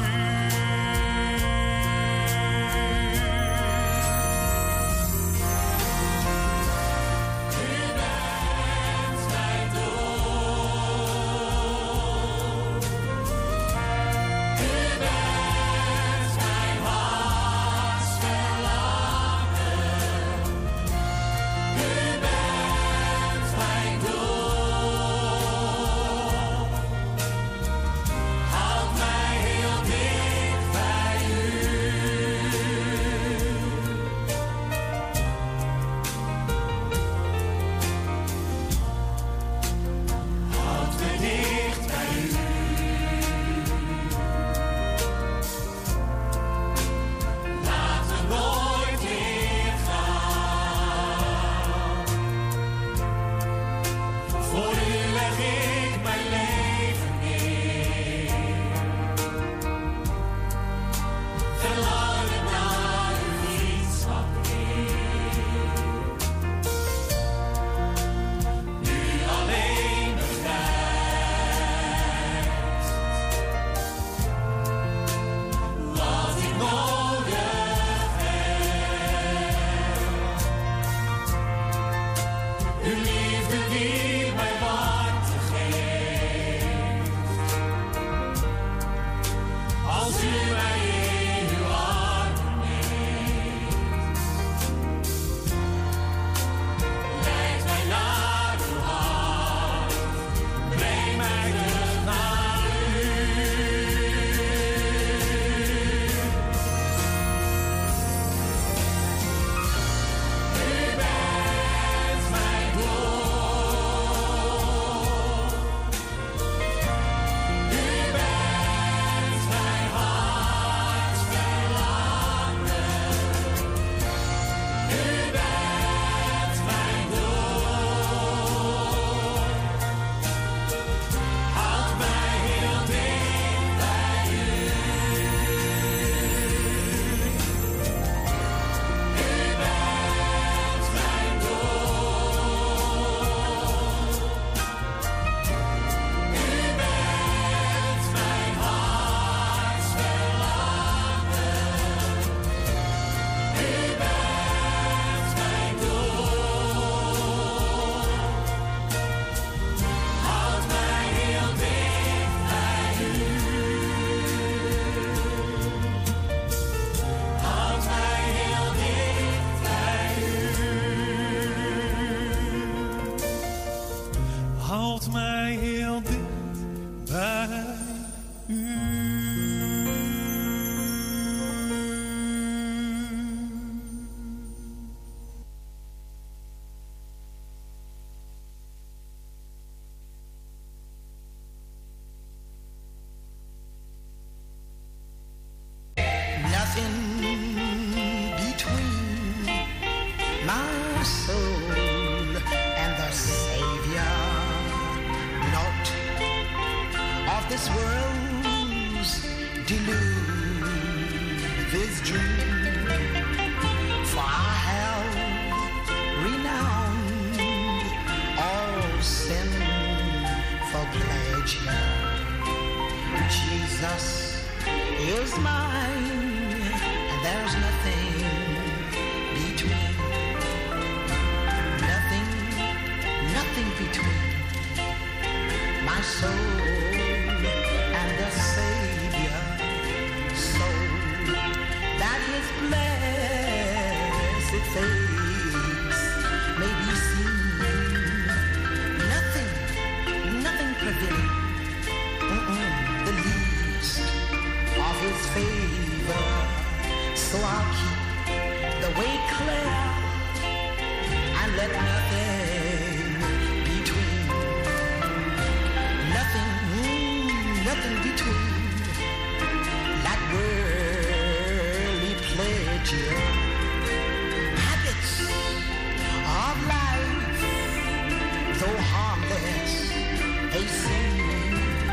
Though harmless, they seem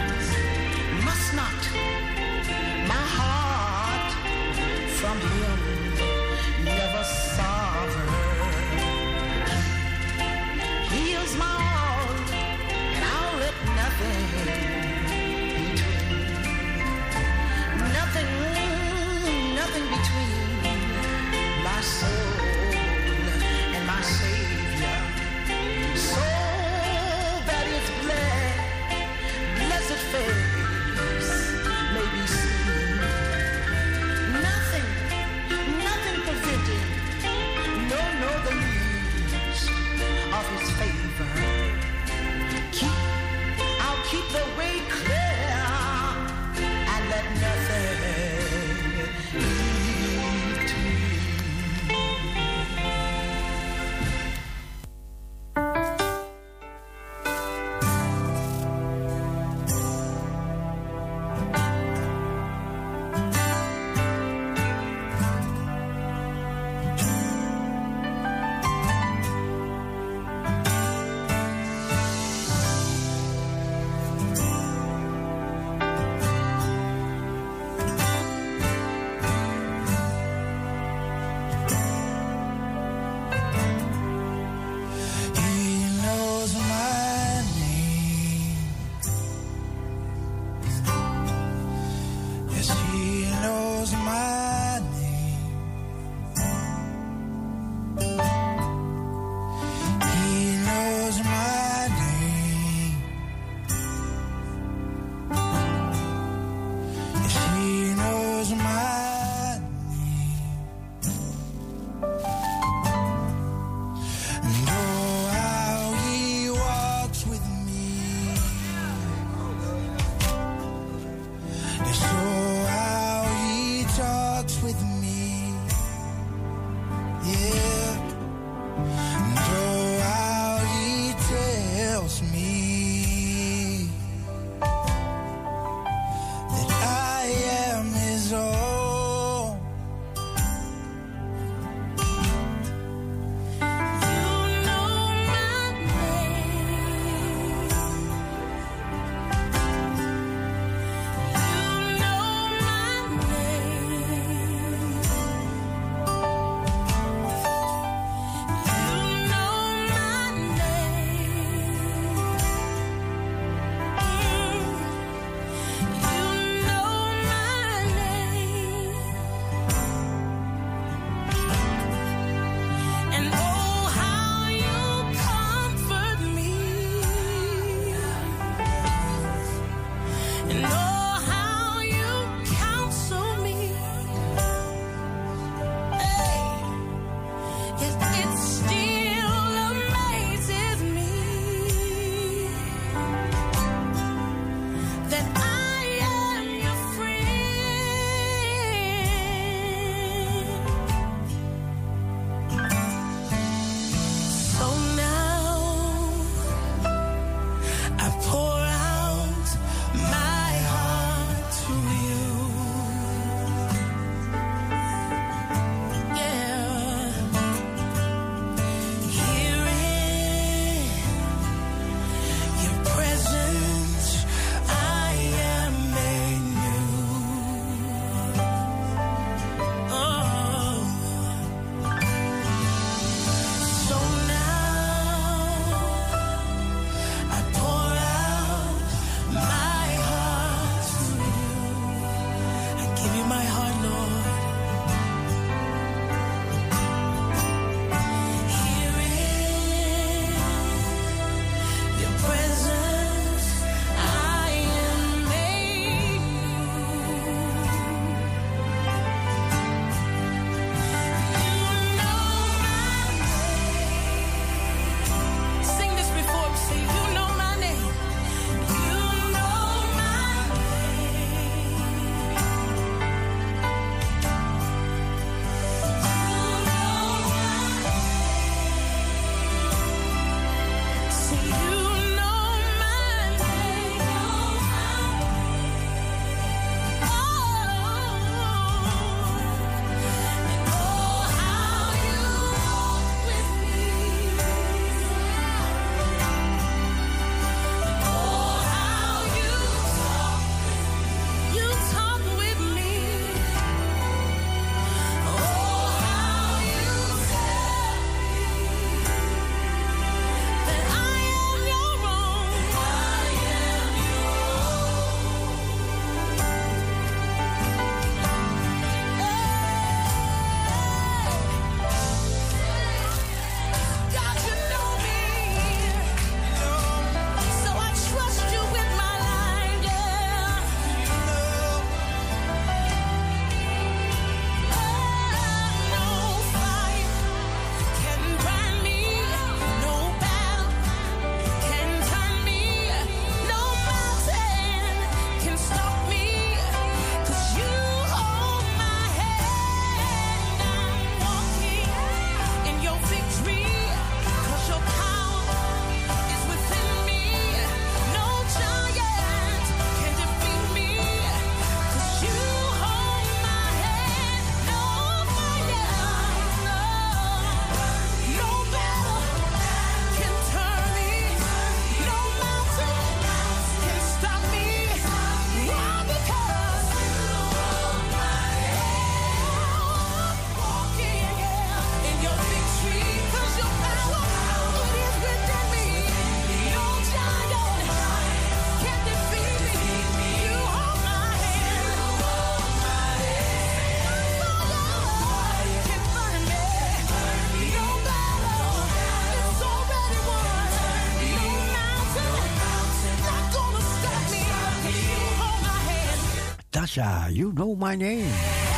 Natasha, You Know My Name.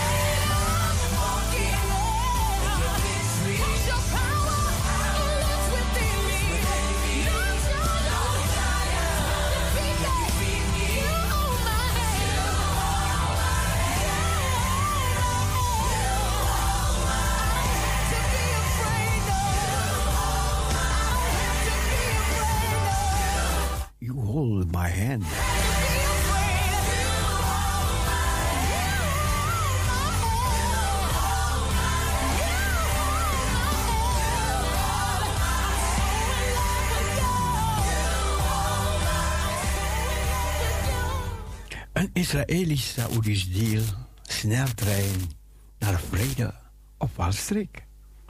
You hold my hand. Een Israëlisch-Saoedisch deal, sneltrein naar vrede op Waalstreek.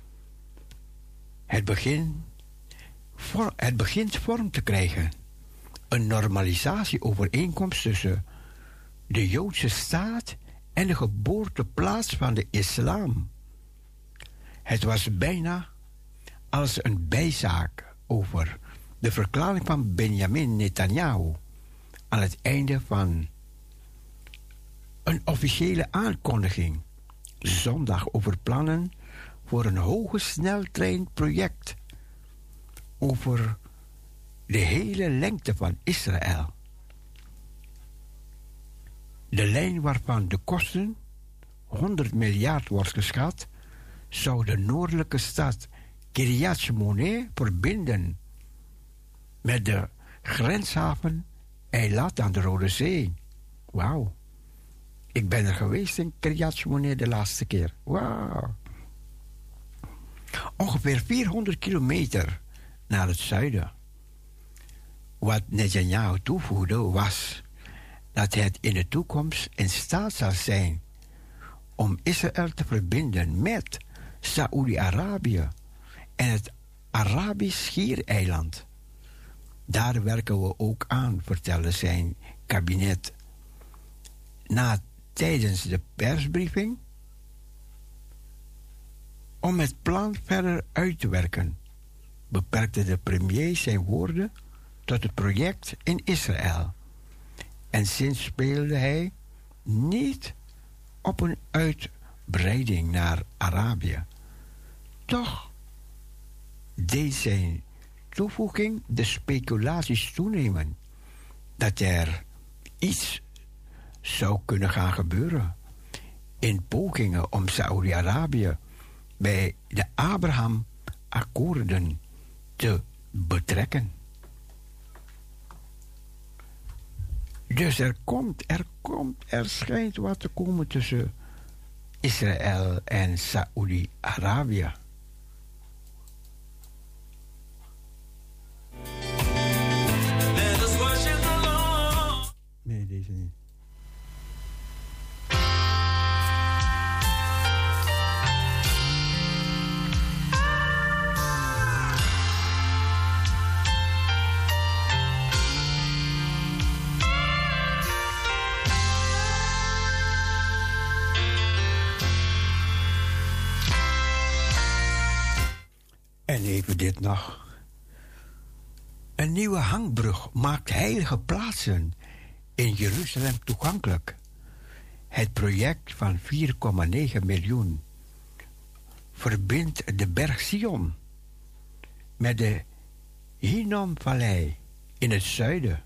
Het, begin, voor, het begint vorm te krijgen. Een normalisatieovereenkomst tussen de Joodse staat en de geboorteplaats van de islam. Het was bijna als een bijzaak over de verklaring van Benjamin Netanyahu aan het einde van een officiële aankondiging zondag over plannen voor een hoge sneltreinproject over de hele lengte van Israël. De lijn waarvan de kosten honderd miljard wordt geschat, zou de noordelijke stad Kiryat Shmone verbinden met de grenshaven Eilat aan de Rode Zee. Wauw. Ik ben er geweest in Kiryat Shmone de laatste keer. Wauw. Ongeveer vierhonderd kilometer naar het zuiden. Wat Netanyahu toevoegde was dat het in de toekomst in staat zal zijn om Israël te verbinden met Saoedi-Arabië en het Arabisch Schiereiland. Daar werken we ook aan, vertelde zijn kabinet. Na tijdens de persbriefing om het plan verder uit te werken, beperkte de premier zijn woorden tot het project in Israël. En sinds speelde hij niet op een uitbreiding naar Arabië. Toch deed zijn toevoeging de speculaties toenemen dat er iets zou kunnen gaan gebeuren in pogingen om Saoedi-Arabië bij de Abraham-akkoorden te betrekken. Dus er komt, er komt, er schijnt wat te komen tussen Israël en Saoedi-Arabië. Nee, deze niet. En even dit nog. Een nieuwe hangbrug maakt heilige plaatsen in Jeruzalem toegankelijk. Het project van vier komma negen miljoen verbindt de berg Sion met de Hinnom-vallei in het zuiden.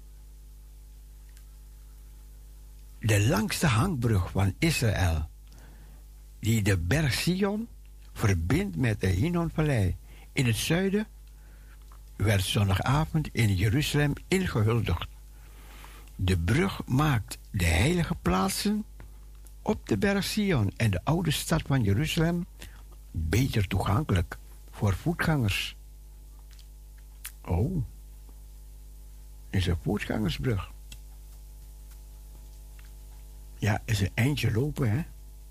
De langste hangbrug van Israël, die de berg Sion verbindt met de Hinnom-vallei in het zuiden, werd zondagavond in Jeruzalem ingehuldigd. De brug maakt de heilige plaatsen op de berg Sion en de oude stad van Jeruzalem beter toegankelijk voor voetgangers. Oh, is een voetgangersbrug. Ja, is een eindje lopen, hè?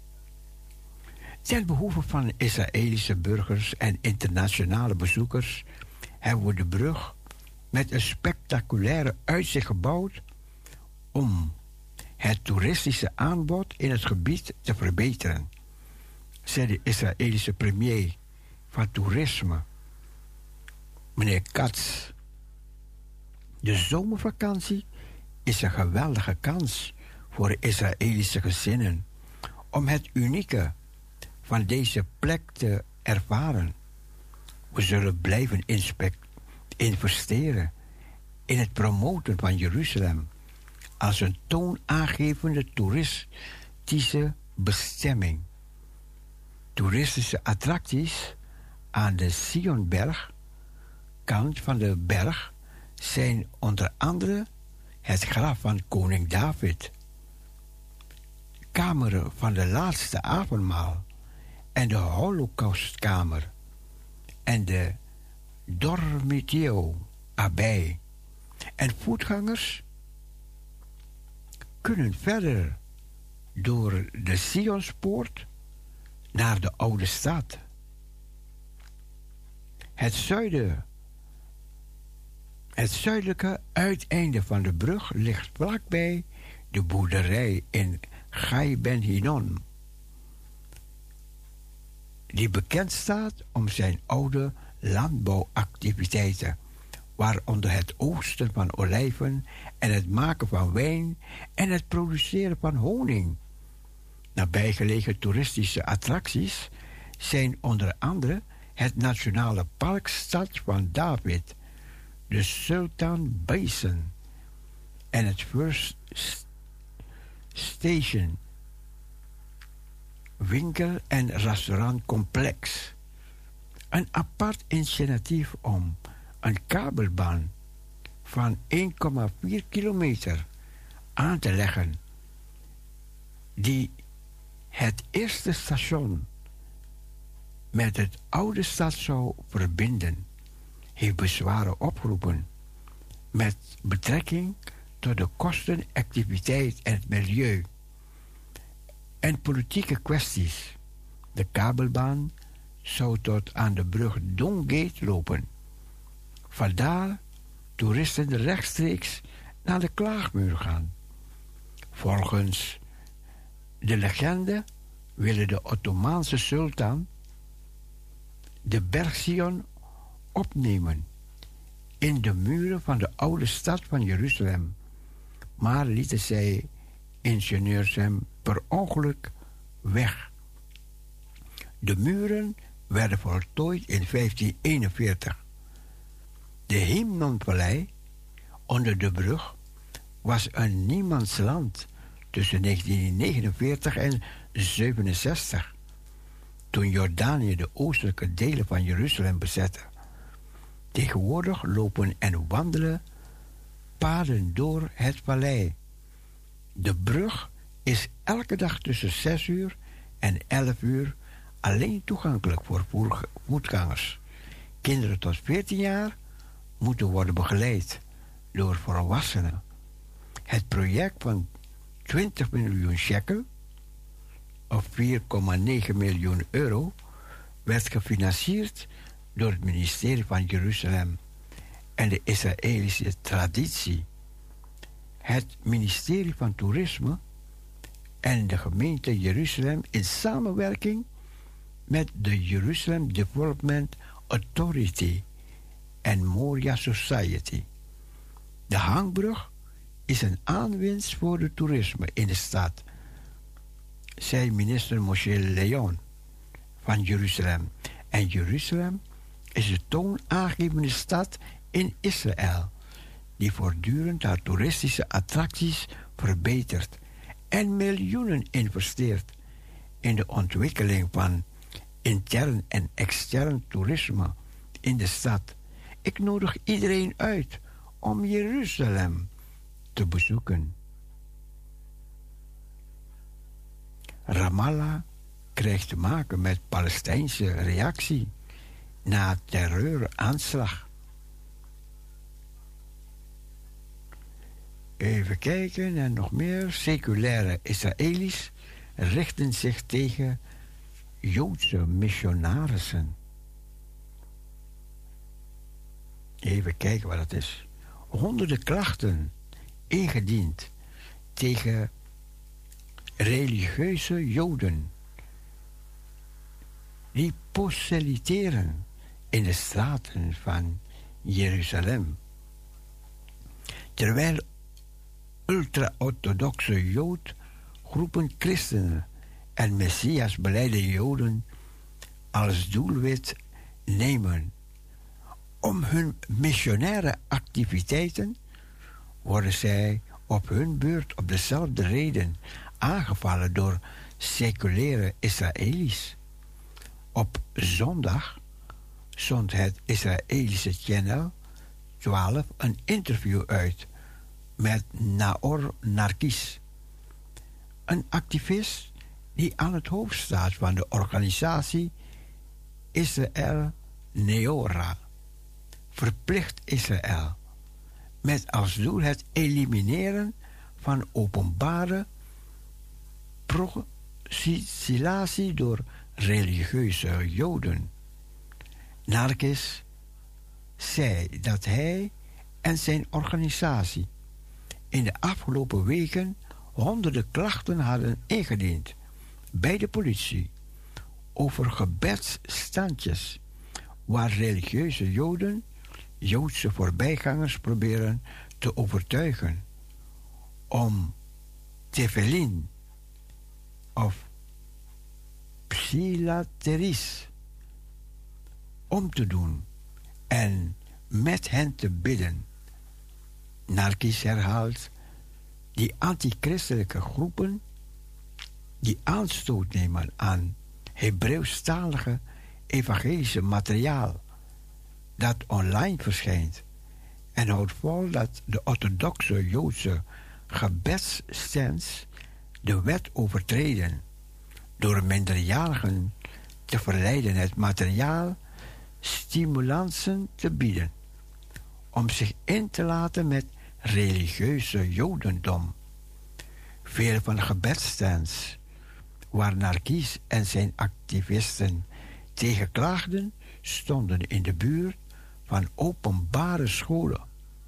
Ten behoeve van Israëlische burgers en internationale bezoekers hebben we de brug met een spectaculaire uitzicht gebouwd om het toeristische aanbod in het gebied te verbeteren, zei de Israëlische premier van toerisme, meneer Katz. De zomervakantie is een geweldige kans voor de Israëlische gezinnen om het unieke van deze plek te ervaren. We zullen blijven investeren in het promoten van Jeruzalem als een toonaangevende toeristische bestemming. Toeristische attracties aan de Sionberg, kant van de berg, zijn onder andere het graf van koning David, kamer van de laatste avondmaal en de holocaustkamer en de Dormitio abdij. En voetgangers kunnen verder door de Sionspoort naar de oude stad. Het zuiden, het zuidelijke uiteinde van de brug ligt vlakbij de boerderij in Gai Ben Hinnom, die bekend staat om zijn oude landbouwactiviteiten, waaronder het oogsten van olijven en het maken van wijn en het produceren van honing. Nabijgelegen toeristische attracties zijn onder andere het Nationale Park Stad van David, de Sultan Basin en het First Station winkel- en restaurantcomplex. Een apart initiatief om een kabelbaan van één komma vier kilometer aan te leggen, die het eerste station met het oude stad zou verbinden, heeft bezwaren opgeroepen met betrekking tot de kosten, activiteit en het milieu en politieke kwesties. De kabelbaan zou tot aan de brug Dongate lopen. Vandaar toeristen rechtstreeks naar de Klaagmuur gaan. Volgens de legende willen de Ottomaanse sultan de berg Sion opnemen in de muren van de oude stad van Jeruzalem, maar lieten zij ingenieurs hem per ongeluk weg. De muren werden voltooid in vijftienhonderdeenenveertig. De Himnonvallei onder de brug was een niemandsland tussen negentiennegenenveertig en zevenenzestig, toen Jordanië de oostelijke delen van Jeruzalem bezette. Tegenwoordig lopen en wandelen paden door het vallei. De brug is elke dag tussen zes uur en elf uur alleen toegankelijk voor voetgangers. Kinderen tot veertien jaar moeten worden begeleid door volwassenen. Het project van twintig miljoen shekel, of vier komma negen miljoen euro, werd gefinancierd door het ministerie van Jeruzalem en de Israëlische traditie, het ministerie van Toerisme en de gemeente Jeruzalem in samenwerking met de Jerusalem Development Authority en Moria Society. De hangbrug is een aanwinst voor het toerisme in de stad, zei minister Moshe Leon van Jeruzalem. En Jeruzalem is de toonaangevende stad in Israël, die voortdurend haar toeristische attracties verbetert en miljoenen investeert in de ontwikkeling van intern en extern toerisme in de stad. Ik nodig iedereen uit om Jeruzalem te bezoeken. Ramallah krijgt te maken met Palestijnse reactie na terreuraanslag. Even kijken, en nog meer. Seculaire Israëli's richten zich tegen Joodse missionarissen. Even kijken wat het is. Honderden klachten ingediend tegen religieuze Joden die proselyteren in de straten van Jeruzalem. Terwijl ultra-orthodoxe Jood, groepen christenen en Messias belijden Joden als doelwit nemen. Om hun missionaire activiteiten worden zij op hun beurt op dezelfde reden aangevallen door seculiere Israëli's. Op zondag zond het Israëlische Channel twaalf een interview uit met Naor Narkis, een activist die aan het hoofd staat van de organisatie Israël Neora, verplicht Israël, met als doel het elimineren van openbare proselytisatie door religieuze Joden. Narkis zei dat hij en zijn organisatie in de afgelopen weken honderden klachten hadden ingediend bij de politie over gebedsstandjes waar religieuze Joden Joodse voorbijgangers proberen te overtuigen om tefillin of psilateris om te doen en met hen te bidden. Narkis herhaalt die antichristelijke groepen die aanstoot nemen aan Hebreeuwstalige evangelische materiaal dat online verschijnt en houdt vol dat de orthodoxe Joodse gebedsstands de wet overtreden door minderjarigen te verleiden het materiaal stimulansen te bieden om zich in te laten met religieuze Jodendom. Veel van de gebedsstands waar Narkis en zijn activisten tegen klaagden, stonden in de buurt van openbare scholen.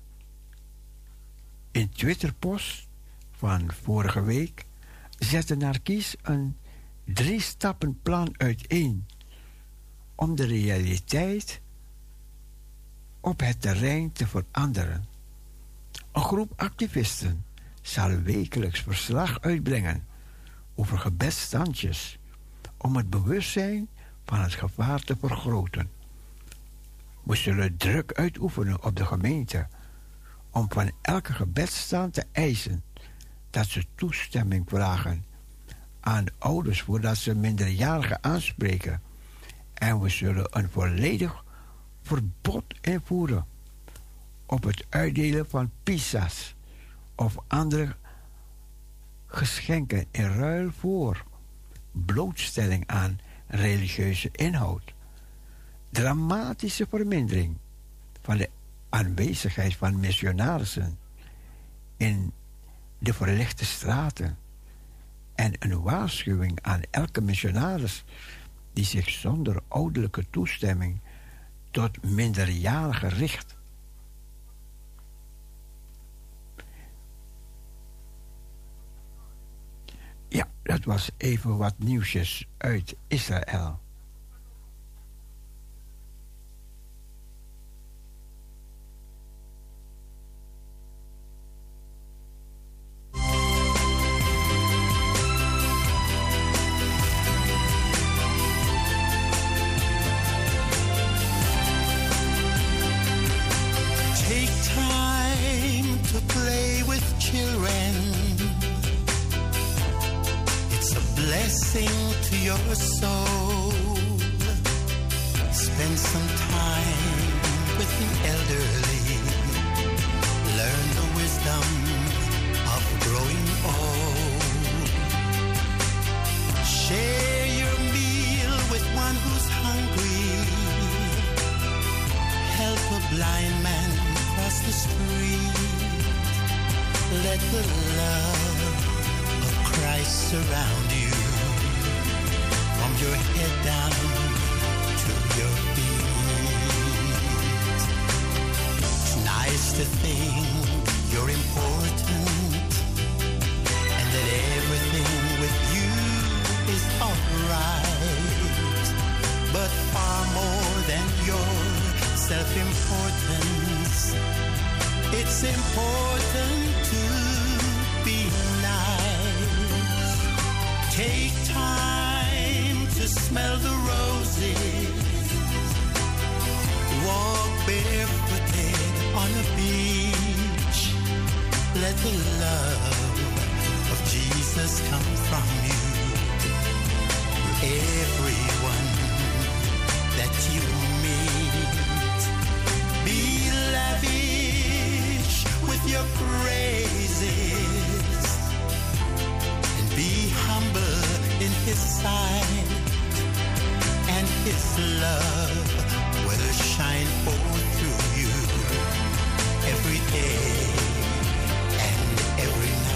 In Twitterpost van vorige week zette Narkis een drie-stappenplan uiteen om de realiteit op het terrein te veranderen. Een groep activisten zal wekelijks verslag uitbrengen over gebedsstandjes om het bewustzijn van het gevaar te vergroten. We zullen druk uitoefenen op de gemeente om van elke gebedsstand te eisen dat ze toestemming vragen aan de ouders voordat ze minderjarigen aanspreken. En we zullen een volledig verbod invoeren op het uitdelen van pizza's of andere geschenken in ruil voor blootstelling aan religieuze inhoud. Dramatische vermindering van de aanwezigheid van missionarissen in de verlichte straten en een waarschuwing aan elke missionaris die zich zonder ouderlijke toestemming tot minderjarigen richt. Ja, dat was even wat nieuwsjes uit Israël. Your soul. Spend some time with the elderly. Learn the wisdom of growing old. Share your meal with one who's hungry. Help a blind man cross the street. Let the love of Christ surround you. From your head down to your feet. It's nice to think you're important and that everything with you is alright. But far more than your self-importance, it's important to smell the roses. Walk barefooted on a beach. Let the love of Jesus come from you to everyone that you meet. Be lavish with your praises and be humble in His sight, and His love will shine forth through you every day and every night.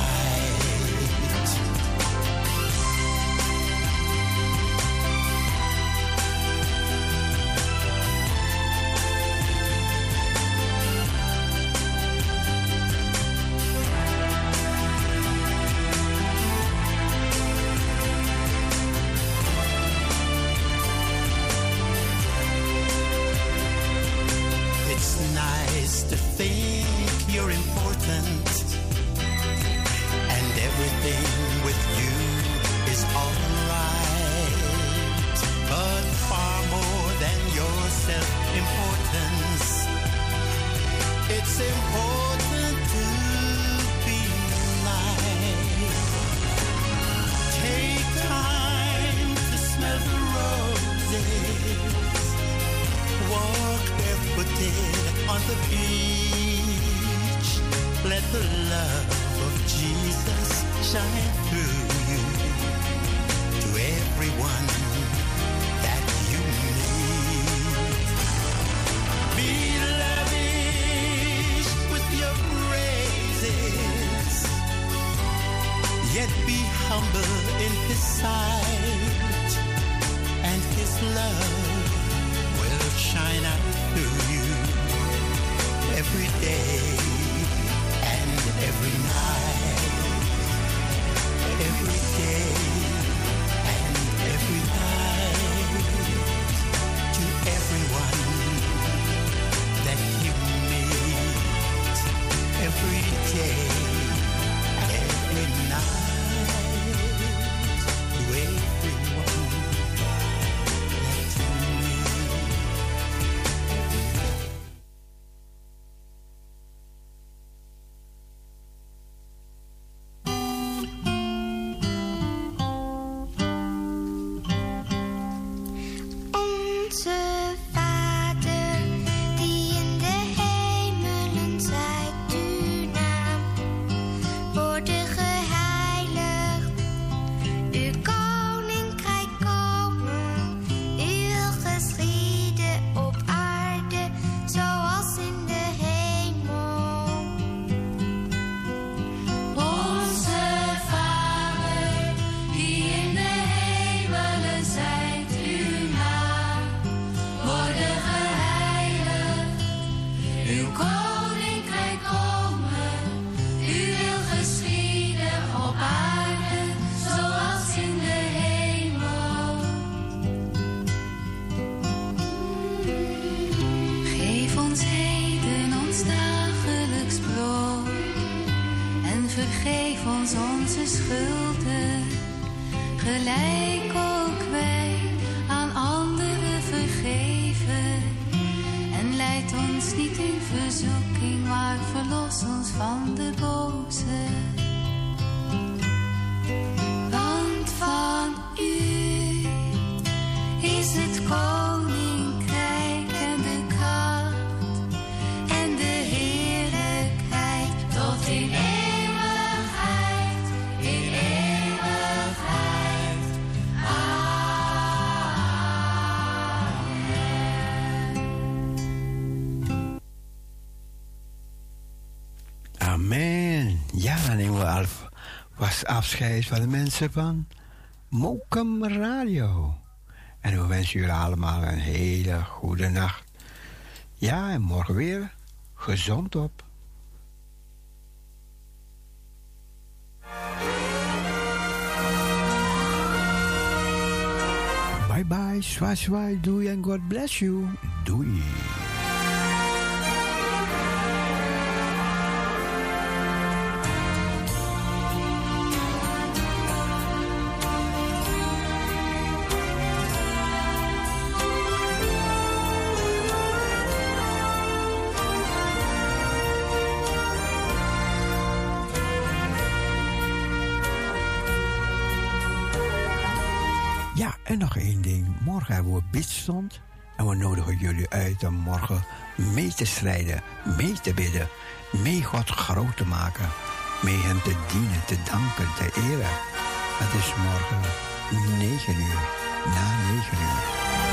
Afscheid van de mensen van Mokum Radio. En we wensen jullie allemaal een hele goede nacht. Ja, en morgen weer gezond op. Bye bye, zwaai zwaai, doei en God bless you. Doei. En nog één ding. Morgen hebben we bidstond. En we nodigen jullie uit om morgen mee te strijden, mee te bidden, mee God groot te maken, mee hem te dienen, te danken, te eren. Het is morgen negen uur, na negen uur.